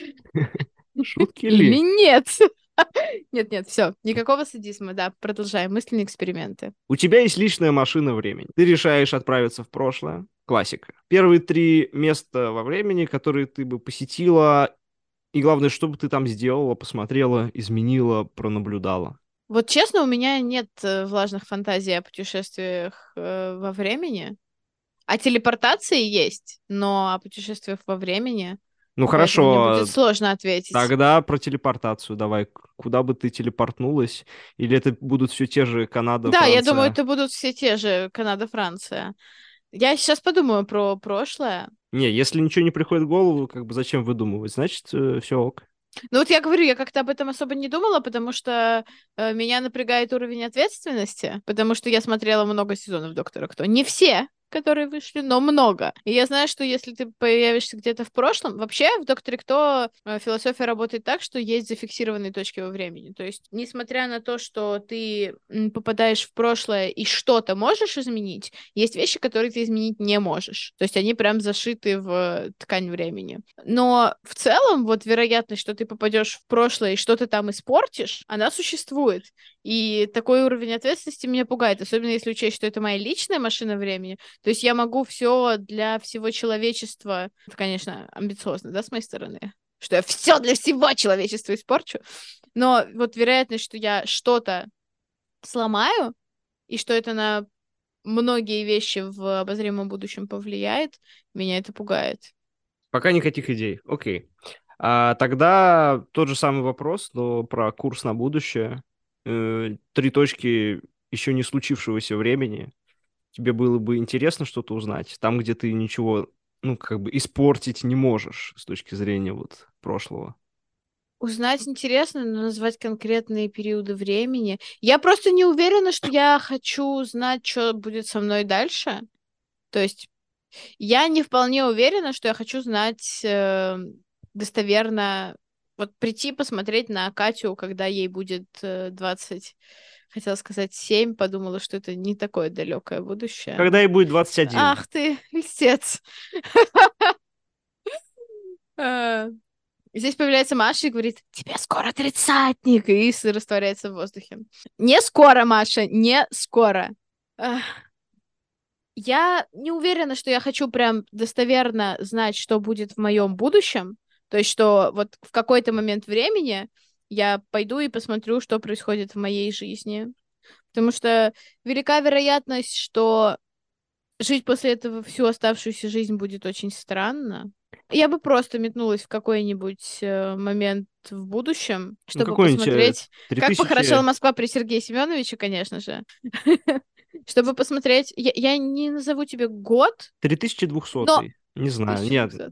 Шутки Или ли? нет? Нет, все, никакого садизма, да, продолжаем. Мысленные эксперименты. У тебя есть личная машина времени. Ты решаешь отправиться в прошлое. Классика. Первые 3 места во времени, которые ты бы посетила, и главное, что бы ты там сделала, посмотрела, изменила, пронаблюдала. Вот честно, у меня нет влажных фантазий о путешествиях во времени. О телепортации есть, но о путешествиях во времени, Ну поэтому мне будет хорошо, сложно ответить. тогда про телепортацию давай. Куда бы ты телепортнулась? Или это будут все те же Канада, Да, я думаю, Франция? это будут все те же Канада, Франция. Я сейчас подумаю про прошлое. Не, если ничего не приходит в голову, как бы зачем выдумывать? Значит, все ок. Ну вот я говорю, я как-то об этом особо не думала, потому что меня напрягает уровень ответственности, потому что я смотрела много сезонов Доктора Кто. Не все, которые вышли, но много. И я знаю, что если ты появишься где-то в прошлом, вообще в Докторе Кто философия работает так, что есть зафиксированные точки во времени. То есть, несмотря на то, что ты попадаешь в прошлое и что-то можешь изменить, есть вещи, которые ты изменить не можешь. То есть они прям зашиты в ткань времени. Но в целом, вот вероятность, что ты попадешь в прошлое и что-то там испортишь, она существует. И такой уровень ответственности меня пугает, особенно если учесть, что это моя личная машина времени. То есть я могу все для всего человечества. Это, конечно, амбициозно, да, с моей стороны, что я все для всего человечества испорчу. Но вот вероятность, что я что-то сломаю, и что это на многие вещи в обозримом будущем повлияет, меня это пугает. Пока никаких идей. Окей. Тогда тот же самый вопрос, но про курс на будущее. Три точки еще не случившегося времени. Тебе было бы интересно что-то узнать? Там, где ты ничего, ну, как бы испортить не можешь с точки зрения вот прошлого. Узнать интересно, но назвать конкретные периоды времени. Я просто не уверена, что я хочу знать, что будет со мной дальше. То есть я не вполне уверена, что я хочу знать достоверно, вот прийти посмотреть на Катю, когда ей будет 20, хотела сказать 7, подумала, что это не такое далекое будущее. Когда ей будет 21. Ах ты, льстец. Э, Здесь появляется Маша и говорит, тебе скоро тридцатник, и растворяется в воздухе. Не скоро, Маша, не скоро. Ах, я не уверена, что я хочу прям достоверно знать, что будет в моем будущем. То есть, что вот в какой-то момент времени я пойду и посмотрю, что происходит в моей жизни. Потому что велика вероятность, что жить после этого всю оставшуюся жизнь будет очень странно. Я бы просто метнулась в какой-нибудь момент в будущем, Ну, чтобы какой-нибудь посмотреть, как похорошела 3000... Москва при Сергее Семеновиче, конечно же. Чтобы посмотреть... Я не назову тебе год, но 3200. Не знаю, нет, 1200.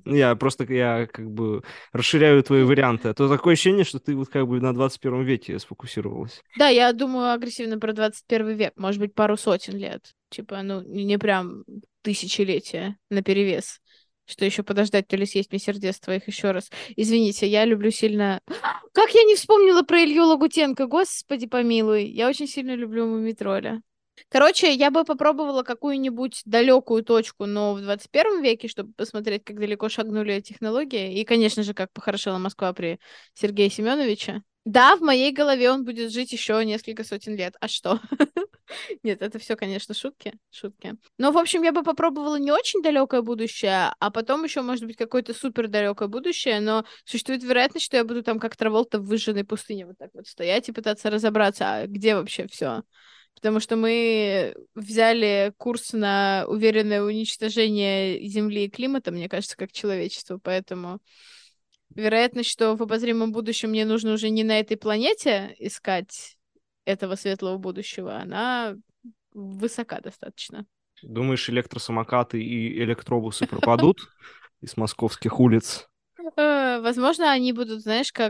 я как бы расширяю твои варианты. А то такое ощущение, что ты вот как бы на 21 веке сфокусировалась. Да, я думаю агрессивно про 21 век, может быть, пару сотен лет. Типа, ну, не прям тысячелетия наперевес. Что еще подождать, то ли съесть мне сердец твоих еще раз. Извините, я люблю сильно... Как я не вспомнила про Илью Лагутенко, господи помилуй. Я очень сильно люблю Мумитроля. Короче, я бы попробовала какую-нибудь далекую точку, но в 21 веке, чтобы посмотреть, как далеко шагнули технологии. И, конечно же, как похорошела Москва при Сергее Семеновиче. Да, в моей голове он будет жить еще несколько сотен лет. А что? Нет, это все, конечно, шутки, шутки. Но, в общем, я бы попробовала не очень далекое будущее, а потом еще, может быть, какое-то супер далекое будущее, но существует вероятность, что я буду там как Траволта в выжженной пустыне вот так вот стоять и пытаться разобраться, а где вообще все. Потому что мы взяли курс на уверенное уничтожение Земли и климата, мне кажется, как человечество, поэтому вероятность, что в обозримом будущем мне нужно уже не на этой планете искать этого светлого будущего, она высока достаточно. Думаешь, электросамокаты и электробусы пропадут из московских улиц? Возможно, они будут, знаешь, как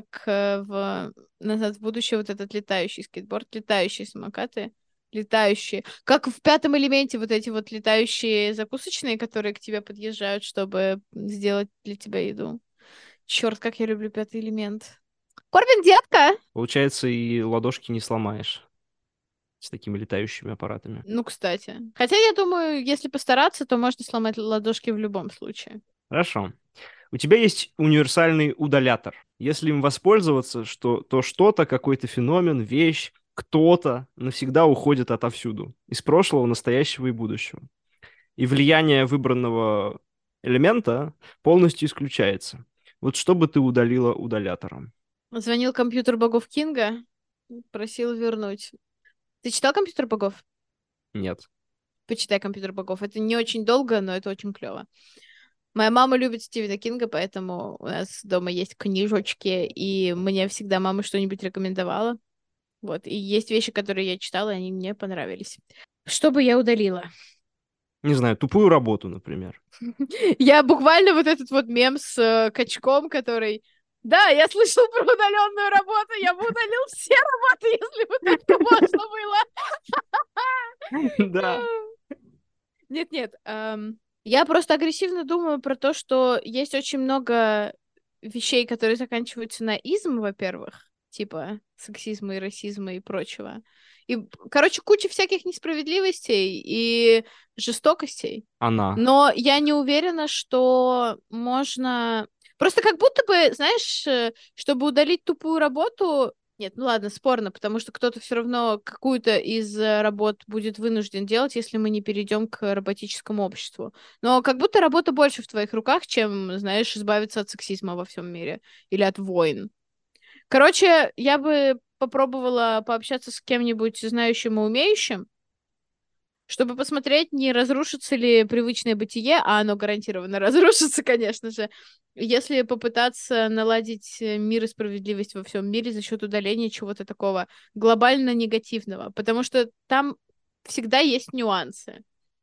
в «Назад в будущее» вот этот летающий скейтборд, летающие самокаты, летающие. Как в «Пятом элементе» вот эти вот летающие закусочные, которые к тебе подъезжают, чтобы сделать для тебя еду. Черт, как я люблю «Пятый элемент». Корбин, детка! Получается, и ладошки не сломаешь с такими летающими аппаратами. Ну, кстати. Хотя, я думаю, если постараться, то можно сломать ладошки в любом случае. Хорошо. У тебя есть универсальный удалятор. Если им воспользоваться, то что-то, какой-то феномен, вещь, кто-то навсегда уходит отовсюду. Из прошлого, настоящего и будущего. И влияние выбранного элемента полностью исключается. Вот что бы ты удалила удалятором? Звонил компьютер богов Кинга, просил вернуть. Ты читал «Компьютер богов»? Нет. Почитай «Компьютер богов». Это не очень долго, но это очень клево. Моя мама любит Стивена Кинга, поэтому у нас дома есть книжечки, и мне всегда мама что-нибудь рекомендовала. Вот. И есть вещи, которые я читала, и они мне понравились. Что бы я удалила? Не знаю, тупую работу, например. Я буквально вот этот вот мем с качком, который Да, я слышал про удаленную работу, я бы удалил все работы, если бы только можно было. Да. Нет-нет, я просто агрессивно думаю про то, что есть очень много вещей, которые заканчиваются на изм, во-первых, типа сексизма и расизма и прочего. И, короче, куча всяких несправедливостей и жестокостей. Она. Но я не уверена, что можно... Просто как будто бы, знаешь, чтобы удалить тупую работу... Нет, ну ладно, спорно, потому что кто-то все равно какую-то из работ будет вынужден делать, если мы не перейдем к роботическому обществу. Но как будто работа больше в твоих руках, чем, знаешь, избавиться от сексизма во всем мире или от войн. Короче, я бы попробовала пообщаться с кем-нибудь знающим и умеющим, чтобы посмотреть, не разрушится ли привычное бытие, а оно гарантированно разрушится, конечно же, если попытаться наладить мир и справедливость во всем мире за счет удаления чего-то такого глобально негативного, потому что там всегда есть нюансы.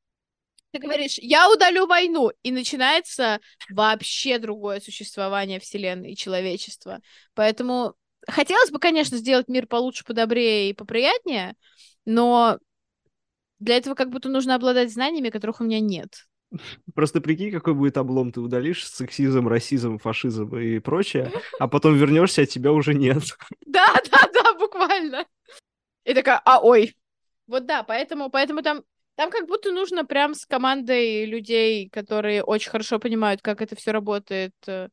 Ты говоришь, я удалю войну, и начинается вообще другое существование Вселенной и человечества. Поэтому хотелось бы, конечно, сделать мир получше, подобрее и поприятнее, но для этого как будто нужно обладать знаниями, которых у меня нет. Просто прикинь, какой будет облом. Ты удалишь сексизм, расизм, фашизм и прочее, а потом вернешься, а тебя уже нет. Да, да, да, буквально. И такая, а ой. Вот да, поэтому там как будто нужно прям с командой людей, которые очень хорошо понимают, как это все работает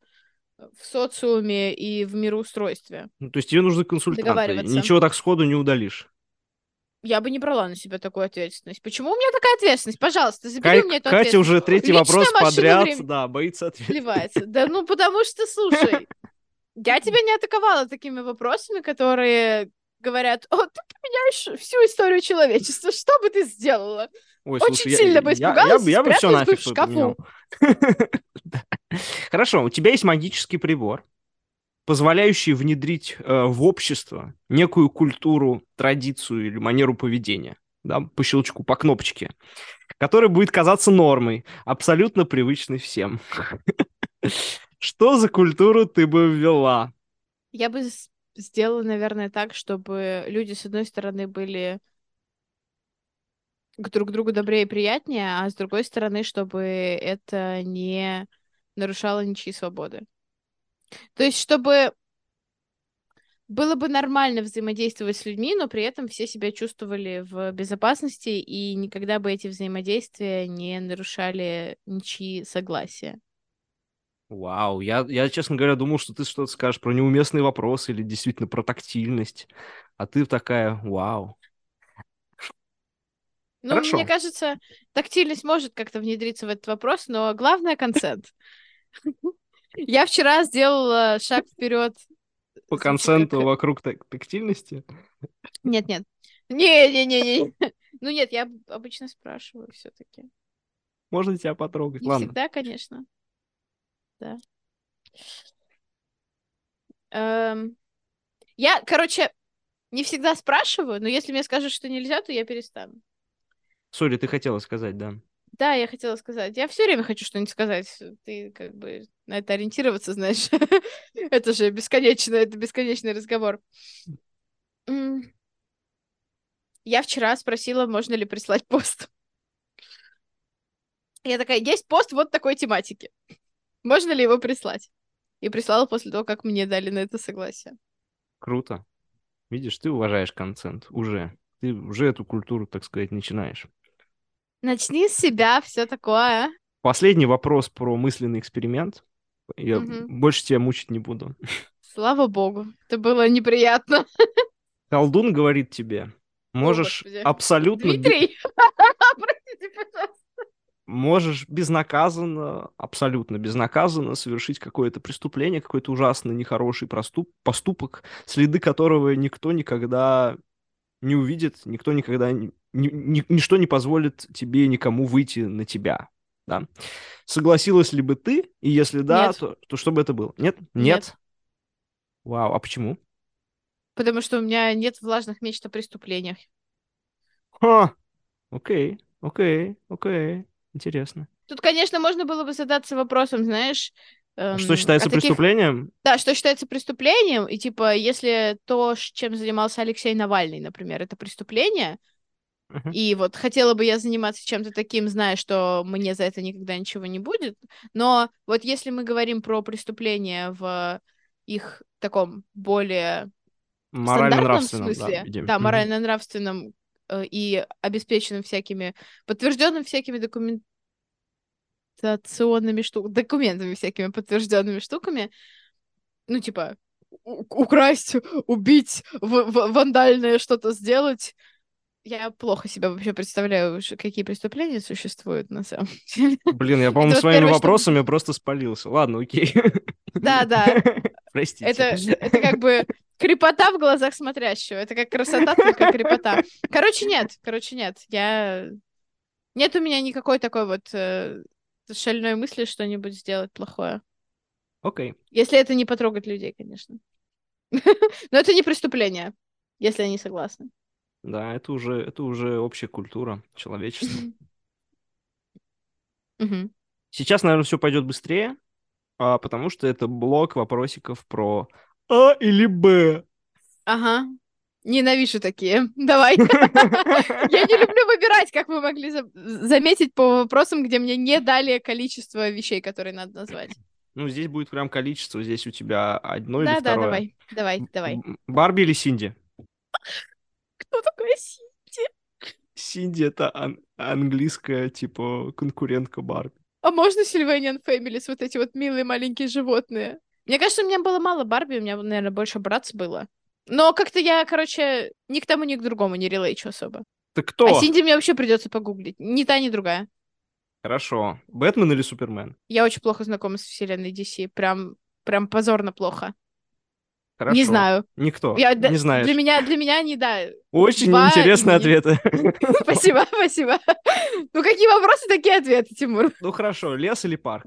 в социуме и в мироустройстве. Ну, то есть тебе нужны консультанты. Договариваться. Ничего так сходу не удалишь. Я бы не брала на себя такую ответственность. Почему у меня такая ответственность? Пожалуйста, забери у меня эту Катя ответственность. уже третий Личная вопрос машина подряд, времени да, боится ответа. сливается. Да ну потому что, слушай, я тебя не атаковала такими вопросами, которые говорят, о, ты поменяешь всю историю человечества, что бы ты сделала? Ой, Очень слушай, сильно бы испугалась и я бы все спряталась бы в нафиг поменял. шкафу. Хорошо, у тебя есть магический прибор, позволяющий внедрить в общество некую культуру, традицию или манеру поведения, да, по щелчку, по кнопочке, которая будет казаться нормой, абсолютно привычной всем. Что за культуру ты бы ввела? Я бы сделала, наверное, так, чтобы люди, с одной стороны, были к друг другу добрее и приятнее, а с другой стороны, чтобы это не нарушало ничьи свободы. То есть, чтобы было бы нормально взаимодействовать с людьми, но при этом все себя чувствовали в безопасности и никогда бы эти взаимодействия не нарушали ничьи согласия. Вау, я, честно говоря, думал, что ты что-то скажешь про неуместные вопросы или действительно про тактильность. А ты такая, вау. Ну, мне Хорошо. кажется, тактильность может как-то внедриться в этот вопрос, но главное — консент. Я вчера сделала шаг вперед. По Звучит как... консенту вокруг тактильности. Нет-нет. Не-не-не-не. Ну нет, я обычно спрашиваю все-таки. Можно тебя потрогать. Не Ладно. всегда, конечно, да. Я, короче, не всегда спрашиваю, но если мне скажут, что нельзя, то я перестану. Сори, ты хотела сказать, да. Да, я хотела сказать. Я все время хочу что-нибудь сказать. Ты как бы на это ориентироваться, знаешь. Это же бесконечно, это бесконечный разговор. М, Я вчера спросила, можно ли прислать пост. Я такая, есть пост вот такой тематики. Можно ли его прислать? И прислала после того, как мне дали на это согласие. Круто. Видишь, ты уважаешь консент уже. Ты уже эту культуру, так сказать, начинаешь. Начни с себя, все такое. Последний вопрос про мысленный эксперимент. Я Мгм. больше тебя мучить не буду. Слава богу, это было неприятно. Колдун говорит тебе, О, можешь господи. абсолютно, Дмитрий, простите, пожалуйста. можешь безнаказанно, абсолютно безнаказанно совершить какое-то преступление, какой-то ужасный, нехороший поступок, следы которого никто никогда не увидит, никто никогда, ничто не позволит тебе никому выйти на тебя. Да? Согласилась ли бы ты? И если да, Нет, то что бы это было? Нет? нет. Нет? Вау, а почему? Потому что у меня нет влажных мечт о преступлениях. Ха, окей, окей, окей, интересно. Тут, конечно, можно было бы задаться вопросом, знаешь, Что А считается таких, преступлением? да, что считается преступлением, и типа, если то, чем занимался Алексей Навальный, например, это преступление, Мгм. и вот хотела бы я заниматься чем-то таким, зная, что мне за это никогда ничего не будет, но вот если мы говорим про преступления в их таком более стандартном Морально-нравственном, да, смысле, видимо. да, Мгм. морально-нравственном и обеспеченным всякими, подтвержденным всякими документационными штуками, документами всякими подтвержденными штуками, ну, типа, украсть, убить, вандальное что-то сделать. Я плохо себя вообще представляю, какие преступления существуют на самом деле. Блин, я, по-моему, Это вот своими первое, что... вопросами просто спалился. Ладно, окей. Да, да, Простите. это как бы крепота в глазах смотрящего. Это как красота, только крепота. Короче, нет. Нет у меня никакой такой вот шальной мысли что-нибудь сделать плохое. Окей. Если это не потрогать людей, конечно. Но это не преступление, если они согласны. Да, это уже общая культура человечества. Мгм. Сейчас, наверное, все пойдет быстрее, потому что это блок вопросиков про А или Б. Ага. Ненавижу такие. Давай. Я не люблю выбирать, как вы могли заметить по вопросам, где мне не дали количество вещей, которые надо назвать. Ну, здесь будет прям количество. Здесь у тебя одно или Да-да, второе. давай. Давай, давай. Барби или Синди? Кто такой Синди? Синди — это английская, типа, конкурентка Барби. А можно Сильвениан Фэмилис, вот эти вот милые маленькие животные? Мне кажется, у меня было мало Барби, у меня, наверное, больше братц было. Но как-то я, короче, ни к тому, ни к другому не релейчу особо. Ты А кто? Синди мне вообще придется погуглить. Ни та, ни другая. Хорошо. Бэтмен или Супермен? Я очень плохо знакома с вселенной DC. Прям позорно плохо. Не Хорошо. знаю. Никто. Я, Не для знаешь. меня, они, да, Очень два интересные имени. ответы. Спасибо, спасибо. Ну, какие вопросы, такие ответы, Тимур. Ну хорошо, лес или парк?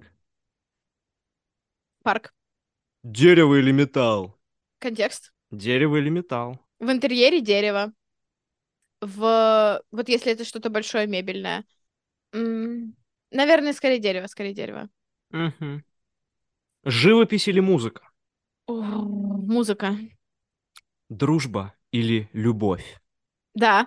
Парк. Дерево или металл? Контекст. Дерево или металл? В интерьере дерево. Вот если это что-то большое мебельное. М, Наверное, скорее дерево, скорее дерево. Мгм. Живопись или музыка? О, музыка. Дружба или любовь? Да.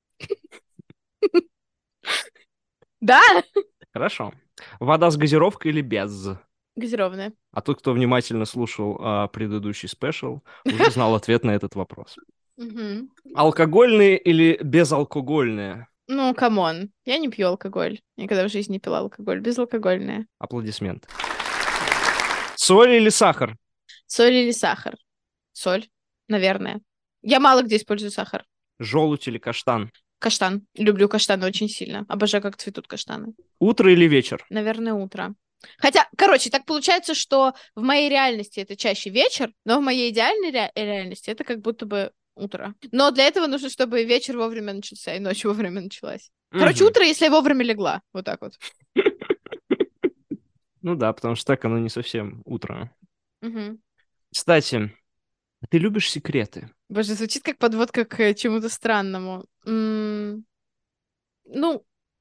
Да! Хорошо. Вода с газировкой или без? Газированная. А тот, кто внимательно слушал предыдущий спешл, уже знал ответ на этот вопрос. Мгм. Алкогольные или безалкогольные? Ну, камон. Я не пью алкоголь. Никогда в жизни не пила алкоголь. Безалкогольное. Аплодисменты. Соль или сахар? Соль или сахар? Соль, наверное. Я мало где использую сахар. Желудь или каштан? Каштан. Люблю каштаны очень сильно. Обожаю, как цветут каштаны. Утро или вечер? Наверное, утро. Хотя, короче, так получается, что в моей реальности это чаще вечер, но в моей идеальной реальности это как будто бы утро. Но для этого нужно, чтобы вечер вовремя начался и ночь вовремя началась. Короче, Мгм. утро, если я вовремя легла. Вот так вот. Ну да, потому что так оно не совсем утро. Мгм. Кстати, ты любишь секреты? Боже, звучит как подводка к чему-то странному. Ну,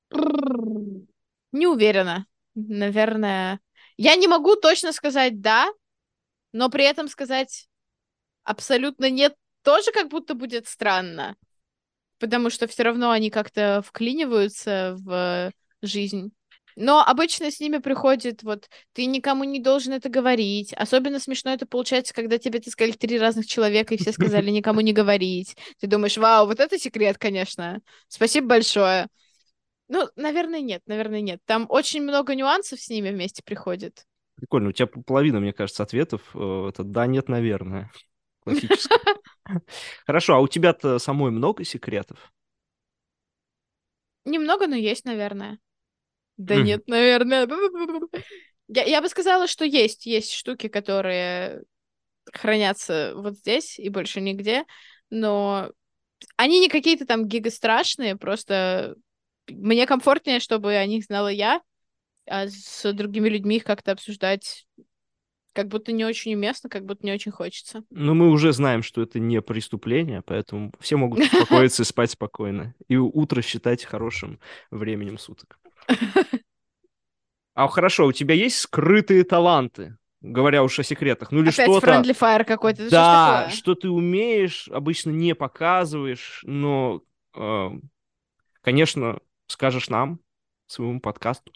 не уверена. Наверное. Я не могу точно сказать да, но при этом сказать абсолютно нет тоже как будто будет странно, потому что все равно они как-то вклиниваются в жизнь. Но обычно с ними приходит вот ты никому не должен это говорить. Особенно смешно это получается, когда тебе это сказали 3 разных человека, и все сказали никому не говорить. Ты думаешь, вау, вот это секрет, конечно. Спасибо большое. Ну, наверное, нет, наверное, нет. Там очень много нюансов с ними вместе приходит. Прикольно, у тебя половина, мне кажется, ответов это да, нет, наверное. Классическое. Хорошо, а у тебя-то самой много секретов? Немного, но есть, наверное. Да Мгм. нет, наверное. Я бы сказала, что есть штуки, которые хранятся вот здесь и больше нигде, но они не какие-то там гигастрашные, просто мне комфортнее, чтобы о них знала я, а с другими людьми их как-то обсуждать как будто не очень уместно, как будто не очень хочется. Но мы уже знаем, что это не преступление, поэтому все могут успокоиться и спать спокойно. И утро считать хорошим временем суток. А хорошо, у тебя есть скрытые таланты? говоря уж о секретах. Ну или Опять что-то, friendly fire какой-то. Это что ж да, такое? что ты умеешь, обычно не показываешь, но, э, конечно, скажешь нам, своему подкасту.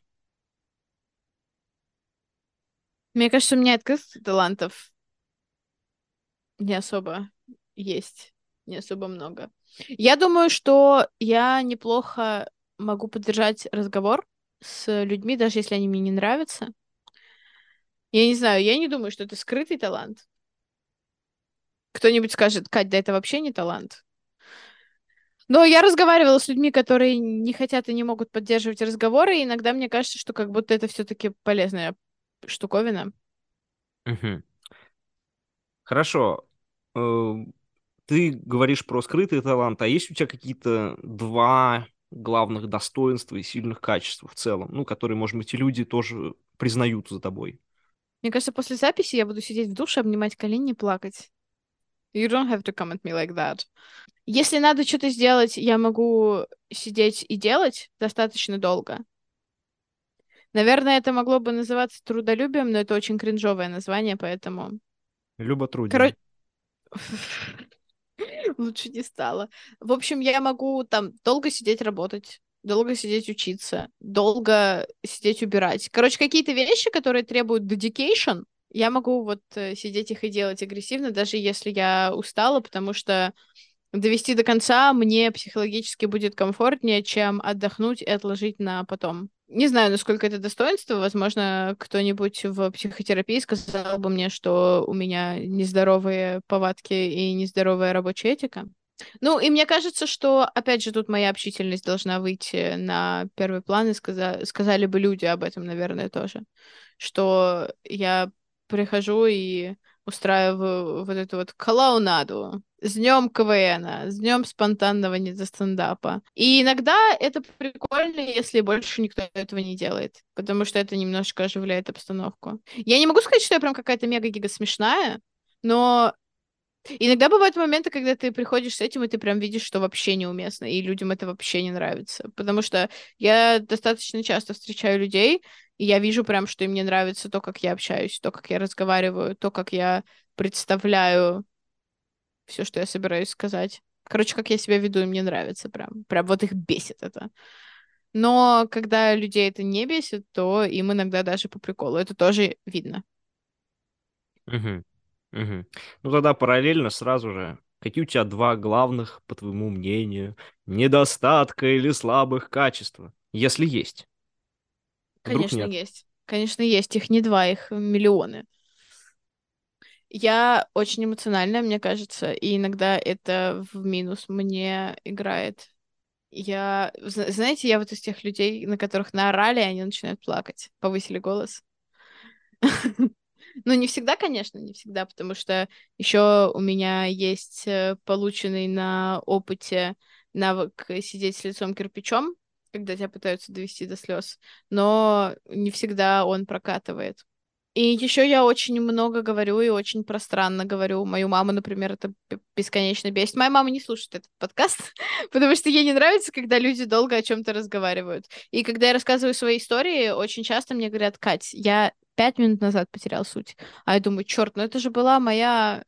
Мне кажется, у меня открытых талантов не особо есть. Не особо много. Я думаю, что я неплохо могу поддержать разговор с людьми, даже если они мне не нравятся. Я не знаю, я не думаю, что это скрытый талант. Кто-нибудь скажет, Кать, да это вообще не талант. Но я разговаривала с людьми, которые не хотят и не могут поддерживать разговоры, и иногда мне кажется, что как будто это все-таки полезная штуковина. Мгм. Хорошо. Э, Ты говоришь про скрытый талант, а есть у тебя какие-то два главных достоинства и сильных качества в целом, ну, которые, может быть, и люди тоже признают за тобой? Мне кажется, после записи я буду сидеть в душе, обнимать колени и плакать. You don't have to come at me like that. Если надо что-то сделать, я могу сидеть и делать достаточно долго. Наверное, это могло бы называться трудолюбием, но это очень кринжовое название, поэтому... Люботрудие. Короче, лучше не стало. В общем, я могу там долго сидеть работать, долго сидеть учиться, долго сидеть убирать. Короче, какие-то вещи, которые требуют dedication, я могу вот сидеть их и делать агрессивно, даже если я устала, потому что довести до конца мне психологически будет комфортнее, чем отдохнуть и отложить на потом. Не знаю, насколько это достоинство. Возможно, кто-нибудь в психотерапии сказал бы мне, что у меня нездоровые повадки и нездоровая рабочая этика. Ну, и мне кажется, что, опять же, тут моя общительность должна выйти на первый план, и сказали бы люди об этом, наверное, тоже. Что я прихожу и устраиваю вот эту вот клоунаду. С днем КВНа, с днем спонтанного не до стендапа. И иногда это прикольно, если больше никто этого не делает, потому что это немножко оживляет обстановку. Я не могу сказать, что я прям какая-то мега-гига смешная, но иногда бывают моменты, когда ты приходишь с этим, и ты прям видишь, что вообще неуместно, и людям это вообще не нравится. Потому что я достаточно часто встречаю людей, и я вижу прям, что им не нравится то, как я общаюсь, то, как я разговариваю, то, как я представляю все, что я собираюсь сказать. Короче, как я себя веду, им не нравится прям. Прям вот их бесит это. Но когда людей это не бесит, то им иногда даже по приколу. Это тоже видно. Мгм. Мгм. Ну тогда параллельно сразу же, какие у тебя два главных, по твоему мнению, недостатка или слабых качества, если есть? Вдруг Конечно, нет? есть. Конечно, есть. Их не два, их миллионы. Я очень эмоциональная, мне кажется, и иногда это в минус мне играет. Знаете, я вот из тех людей, на которых наорали, и они начинают плакать, повысили голос. Ну, не всегда, конечно, не всегда, потому что еще у меня есть полученный на опыте навык сидеть с лицом кирпичом, когда тебя пытаются довести до слез, но не всегда он прокатывает. И еще я очень много говорю и очень пространно говорю. Мою маму, например, это бесконечно бесит. Моя мама не слушает этот подкаст, потому что ей не нравится, когда люди долго о чем-то разговаривают. И когда я рассказываю свои истории, очень часто мне говорят: Кать, я 5 минут назад потерял суть. А я думаю, черт, ну это же была моя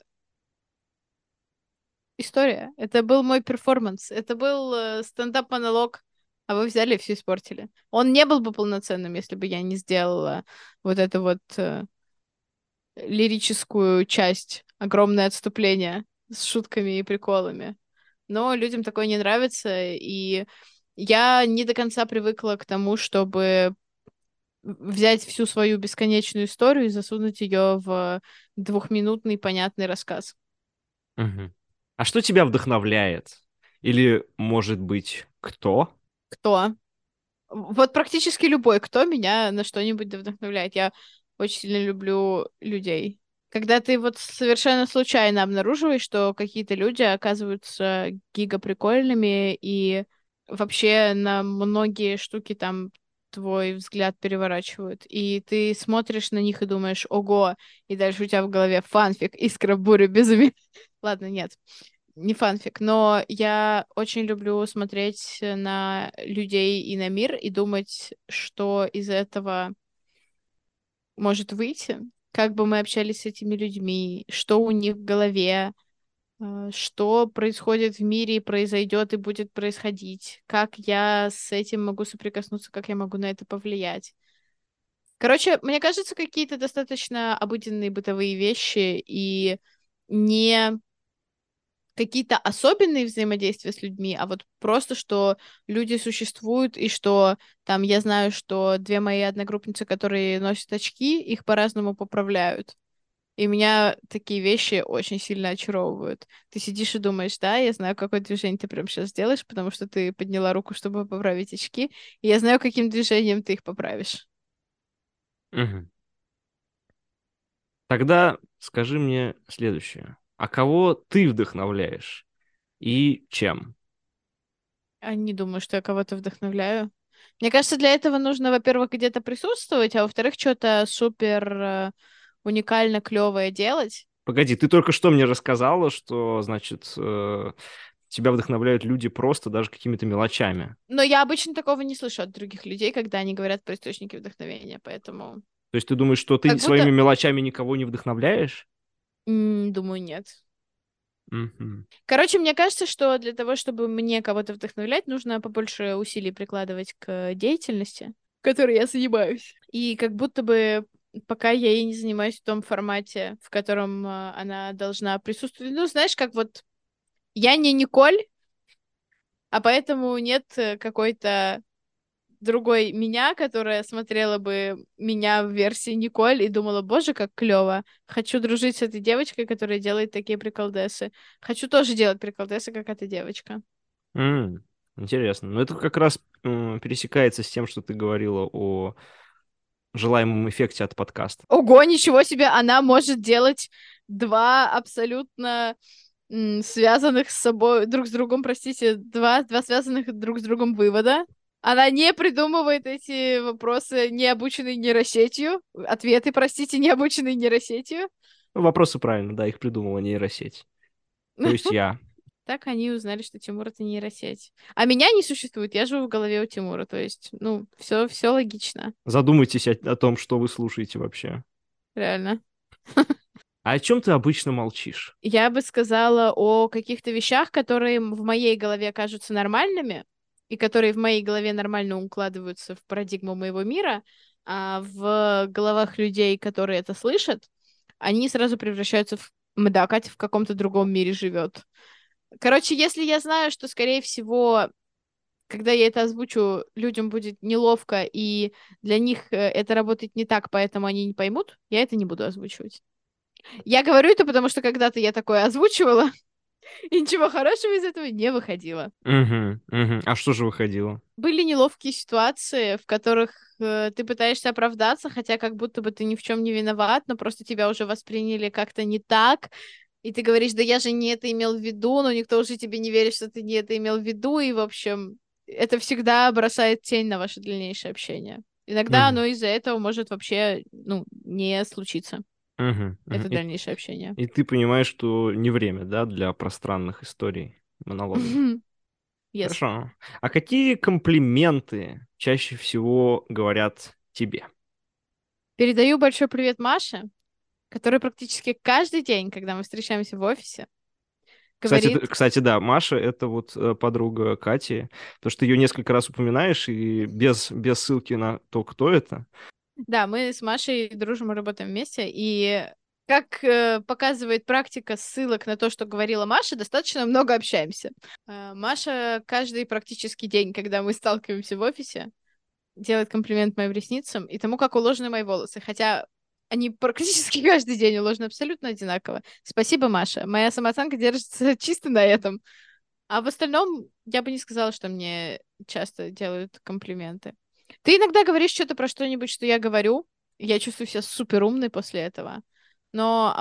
история. Это был мой перформанс. Это был стендап-монолог. А вы взяли и все испортили. Он не был бы полноценным, если бы я не сделала вот это вот лирическую часть, огромное отступление с шутками и приколами. Но людям такое не нравится, и я не до конца привыкла к тому, чтобы взять всю свою бесконечную историю и засунуть ее в двухминутный понятный рассказ. Мгм. А что тебя вдохновляет? Или, может быть, кто? Кто? Вот практически любой, кто меня на что-нибудь да вдохновляет. Я очень сильно люблю людей. Когда ты вот совершенно случайно обнаруживаешь, что какие-то люди оказываются гигаприкольными и вообще на многие штуки там твой взгляд переворачивают. И ты смотришь на них и думаешь: ого, и дальше у тебя в голове фанфик, искра, буря, безумие. Ладно, нет, не фанфик, но я очень люблю смотреть на людей и на мир и думать, что из этого может выйти. как бы мы общались с этими людьми, что у них в голове, что происходит в мире, произойдет и будет происходить, как я с этим могу соприкоснуться, как я могу на это повлиять. Короче, мне кажется, какие-то достаточно обыденные бытовые вещи и не какие-то особенные взаимодействия с людьми, а вот просто, что люди существуют, и что там я знаю, что две мои одногруппницы, которые носят очки, их по-разному поправляют. И меня такие вещи очень сильно очаровывают. Ты сидишь и думаешь, да, я знаю, какое движение ты прямо сейчас сделаешь, потому что ты подняла руку, чтобы поправить очки, и я знаю, каким движением ты их поправишь. Мгм. Тогда скажи мне следующее. А кого ты вдохновляешь и чем? А не думаю, что я кого-то вдохновляю. Мне кажется, для этого нужно, во-первых, где-то присутствовать, а во-вторых, что-то супер уникально клевое делать. Погоди, ты только что мне рассказала, что, значит, тебя вдохновляют люди просто даже какими-то мелочами. Но я обычно такого не слышу от других людей, когда они говорят про источники вдохновения, поэтому То есть ты думаешь, что ты как своими будто, мелочами никого не вдохновляешь? думаю, нет. Мгм. Короче, мне кажется, что для того, чтобы мне кого-то вдохновлять, нужно побольше усилий прикладывать к деятельности, которой я занимаюсь. И как будто бы пока я ей не занимаюсь в том формате, в котором она должна присутствовать. Ну, знаешь, как вот я не Николь, а поэтому нет какой-то другой меня, которая смотрела бы меня в версии Николь и думала, боже, как клево. Хочу дружить с этой девочкой, которая делает такие приколдесы. Хочу тоже делать приколдесы, как эта девочка. Интересно. Но это как раз пересекается с тем, что ты говорила о желаемом эффекте от подкаста. Ого, ничего себе! Она может делать два абсолютно связанных с собой, друг с другом, простите, два связанных друг с другом вывода. Она не придумывает эти вопросы, не обученные нейросетью. Ответы, простите, не обученные нейросетью. Ну, вопросы правильно, да, их придумала нейросеть. То есть я. Так они узнали, что Тимур — это нейросеть. А меня не существует, я живу в голове у Тимура, то есть, ну, все логично, Задумайтесь о том, что вы слушаете вообще. реально. А о чем ты обычно молчишь? Я бы сказала о каких-то вещах, которые в моей голове кажутся нормальными, и которые в моей голове нормально укладываются в парадигму моего мира, а в головах людей, которые это слышат, они сразу превращаются в... Да, Катя в каком-то другом мире живет. Короче, если я знаю, что, скорее всего, когда я это озвучу, людям будет неловко, и для них это работает не так, поэтому они не поймут, я это не буду озвучивать. Я говорю это, потому что когда-то я такое озвучивала, и ничего хорошего из этого не выходило. Угу, угу. А что же выходило? Были неловкие ситуации, в которых ты пытаешься оправдаться, хотя как будто бы ты ни в чем не виноват, но просто тебя уже восприняли как-то не так, и ты говоришь, да я же не это имел в виду, но никто уже тебе не верит, что ты не это имел в виду, и, в общем, это всегда бросает тень на ваше дальнейшее общение. Иногда Угу, оно из-за этого может вообще, ну, не случиться, угу, угу. это дальнейшее общение. И ты понимаешь, что не время, да, для пространных историй, монологов. Yes. Хорошо. А какие комплименты чаще всего говорят тебе? Передаю большой привет Маше, которая практически каждый день, когда мы встречаемся в офисе, Кстати, говорит, кстати, да, Маша — это вот подруга Кати. То, что ты ее несколько раз упоминаешь, и без ссылки на то, кто это. да, мы с Машей дружим и работаем вместе, и как показывает практика ссылок на то, что говорила Маша, достаточно много общаемся. Маша каждый практически день, когда мы сталкиваемся в офисе, делает комплимент моим ресницам и тому, как уложены мои волосы, хотя они практически каждый день уложены абсолютно одинаково. Спасибо, Маша. Моя самооценка держится чисто на этом. А в остальном я бы не сказала, что мне часто делают комплименты. Ты иногда говоришь что-то про что-нибудь, что я говорю. И я чувствую себя супер умной после этого. Но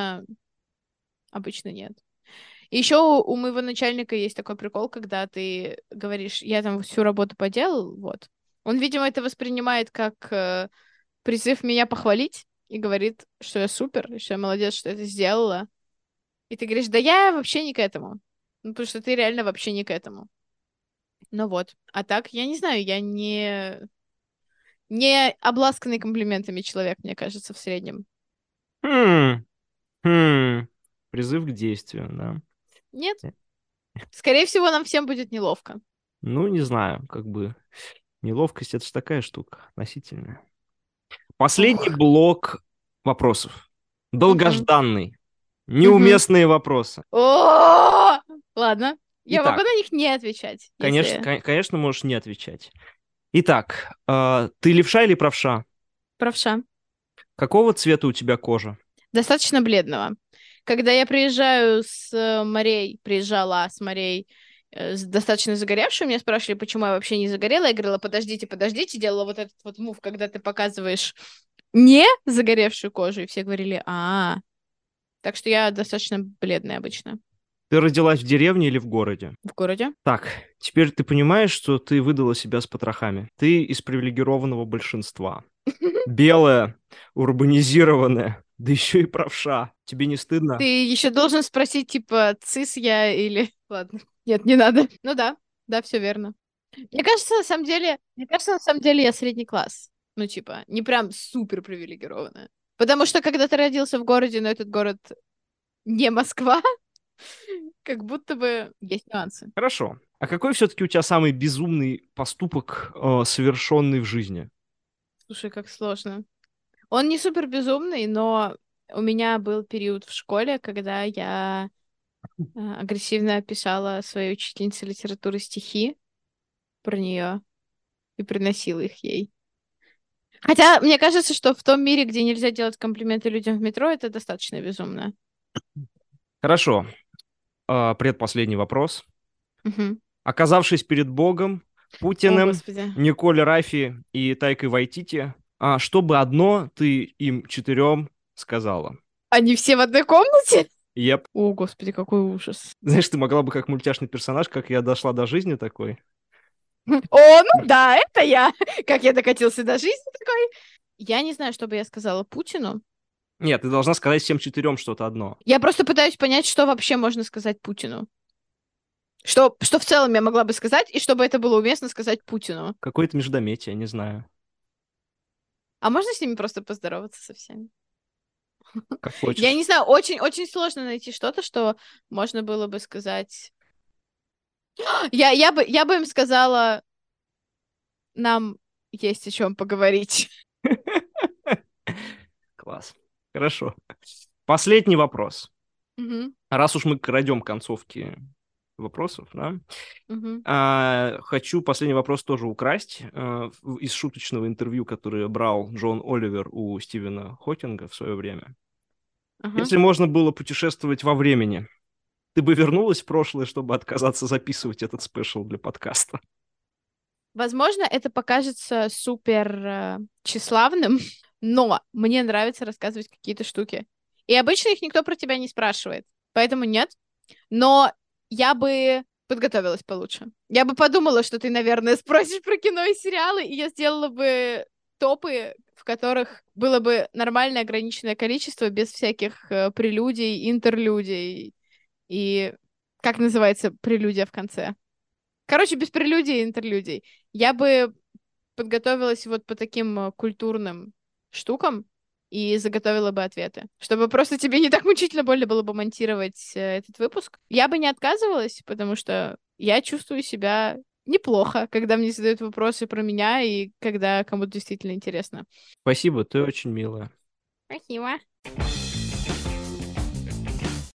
обычно нет. И еще у моего начальника есть такой прикол, когда ты говоришь, я там всю работу поделал, вот. Он, видимо, это воспринимает как призыв меня похвалить и говорит, что я супер, и что я молодец, что это сделала. И ты говоришь, да я вообще не к этому. Ну, потому что ты реально вообще не к этому. Ну вот. А так, я не знаю, я не обласканный комплиментами человек, мне кажется, в среднем. Хм, хм. Призыв к действию, да. Нет? Скорее всего, нам всем будет неловко. Ну, не знаю, как бы неловкость — это же такая штука относительная. Последний Ох. блок вопросов. Мгм. Долгожданный. Мгм. Неуместные вопросы. О! Ладно. Я могу Итак, на них не отвечать, конечно, если конечно, можешь не отвечать. Итак, ты левша или правша? правша. Какого цвета у тебя кожа? Достаточно бледного. Когда я приезжаю с морей, приезжала с морей достаточно загоревшую, меня спрашивали, почему я вообще не загорела. Я говорила, подождите, подождите, делала вот этот вот мув, когда ты показываешь не загоревшую кожу, и все говорили, так что я достаточно бледная обычно Ты родилась в деревне или в городе? в городе. Так, теперь ты понимаешь, что ты выдала себя с потрохами. Ты из привилегированного большинства. Белая, урбанизированная, да еще и правша. Тебе не стыдно? Ты еще должен спросить, типа, цис я или... Ладно, нет, не надо. Ну да, да, все верно. Мне кажется, на самом деле я средний класс. Ну, типа, не прям супер привилегированная. Потому что, когда ты родился в городе, но этот город не Москва, как будто бы есть нюансы. Хорошо. А какой все-таки у тебя самый безумный поступок, совершенный в жизни? Слушай, как сложно. Он не супер безумный, но у меня был период в школе, когда я агрессивно писала своей учительнице литературы стихи про нее и приносила их ей. Хотя мне кажется, что в том мире, где нельзя делать комплименты людям в метро, это достаточно безумно. Хорошо. Предпоследний вопрос. Мгм. Оказавшись перед Богом, О, Путиным, Господи. Николь Рафи и Тайкой Вайтити, что бы одно ты им четырем сказала? Они все в одной комнате? Еп. О, Господи, какой ужас. Знаешь, ты могла бы как мультяшный персонаж, как я дошла до жизни такой. О, ну да, это я. Как я докатился до жизни такой. Я не знаю, что бы я сказала Путину. Нет, ты должна сказать всем четырем что-то одно. Я просто пытаюсь понять, что вообще можно сказать Путину. Что в целом я могла бы сказать, и чтобы это было уместно сказать Путину. Какое-то междометие, не знаю. А можно с ними просто поздороваться со всеми? Как Я хочешь. не знаю, очень сложно найти что-то, что можно было бы сказать. Я бы им сказала, нам есть о чем поговорить. Класс. Хорошо. Последний вопрос. Мгм, Раз уж мы крадем концовки вопросов, да, мгм, хочу последний вопрос тоже украсть из шуточного интервью, которое брал Джон Оливер у Стивена Хокинга в свое время. ага. Если можно было путешествовать во времени, ты бы вернулась в прошлое, чтобы отказаться записывать этот спешл для подкаста? Возможно, это покажется супер тщеславным, но мне нравится рассказывать какие-то штуки. И обычно их никто про тебя не спрашивает. Поэтому нет. Но я бы подготовилась получше. Я бы подумала, что ты, наверное, спросишь про кино и сериалы, и я сделала бы топы, в которых было бы нормальное ограниченное количество, без всяких прелюдий, интерлюдий и, как называется, прелюдия в конце. Короче, без прелюдий и интерлюдий. Я бы подготовилась вот по таким культурным штукам и заготовила бы ответы, чтобы просто тебе не так мучительно больно было бы монтировать этот выпуск. Я бы не отказывалась, потому что я чувствую себя неплохо, когда мне задают вопросы про меня и когда кому-то действительно интересно. Спасибо, ты очень милая. Спасибо.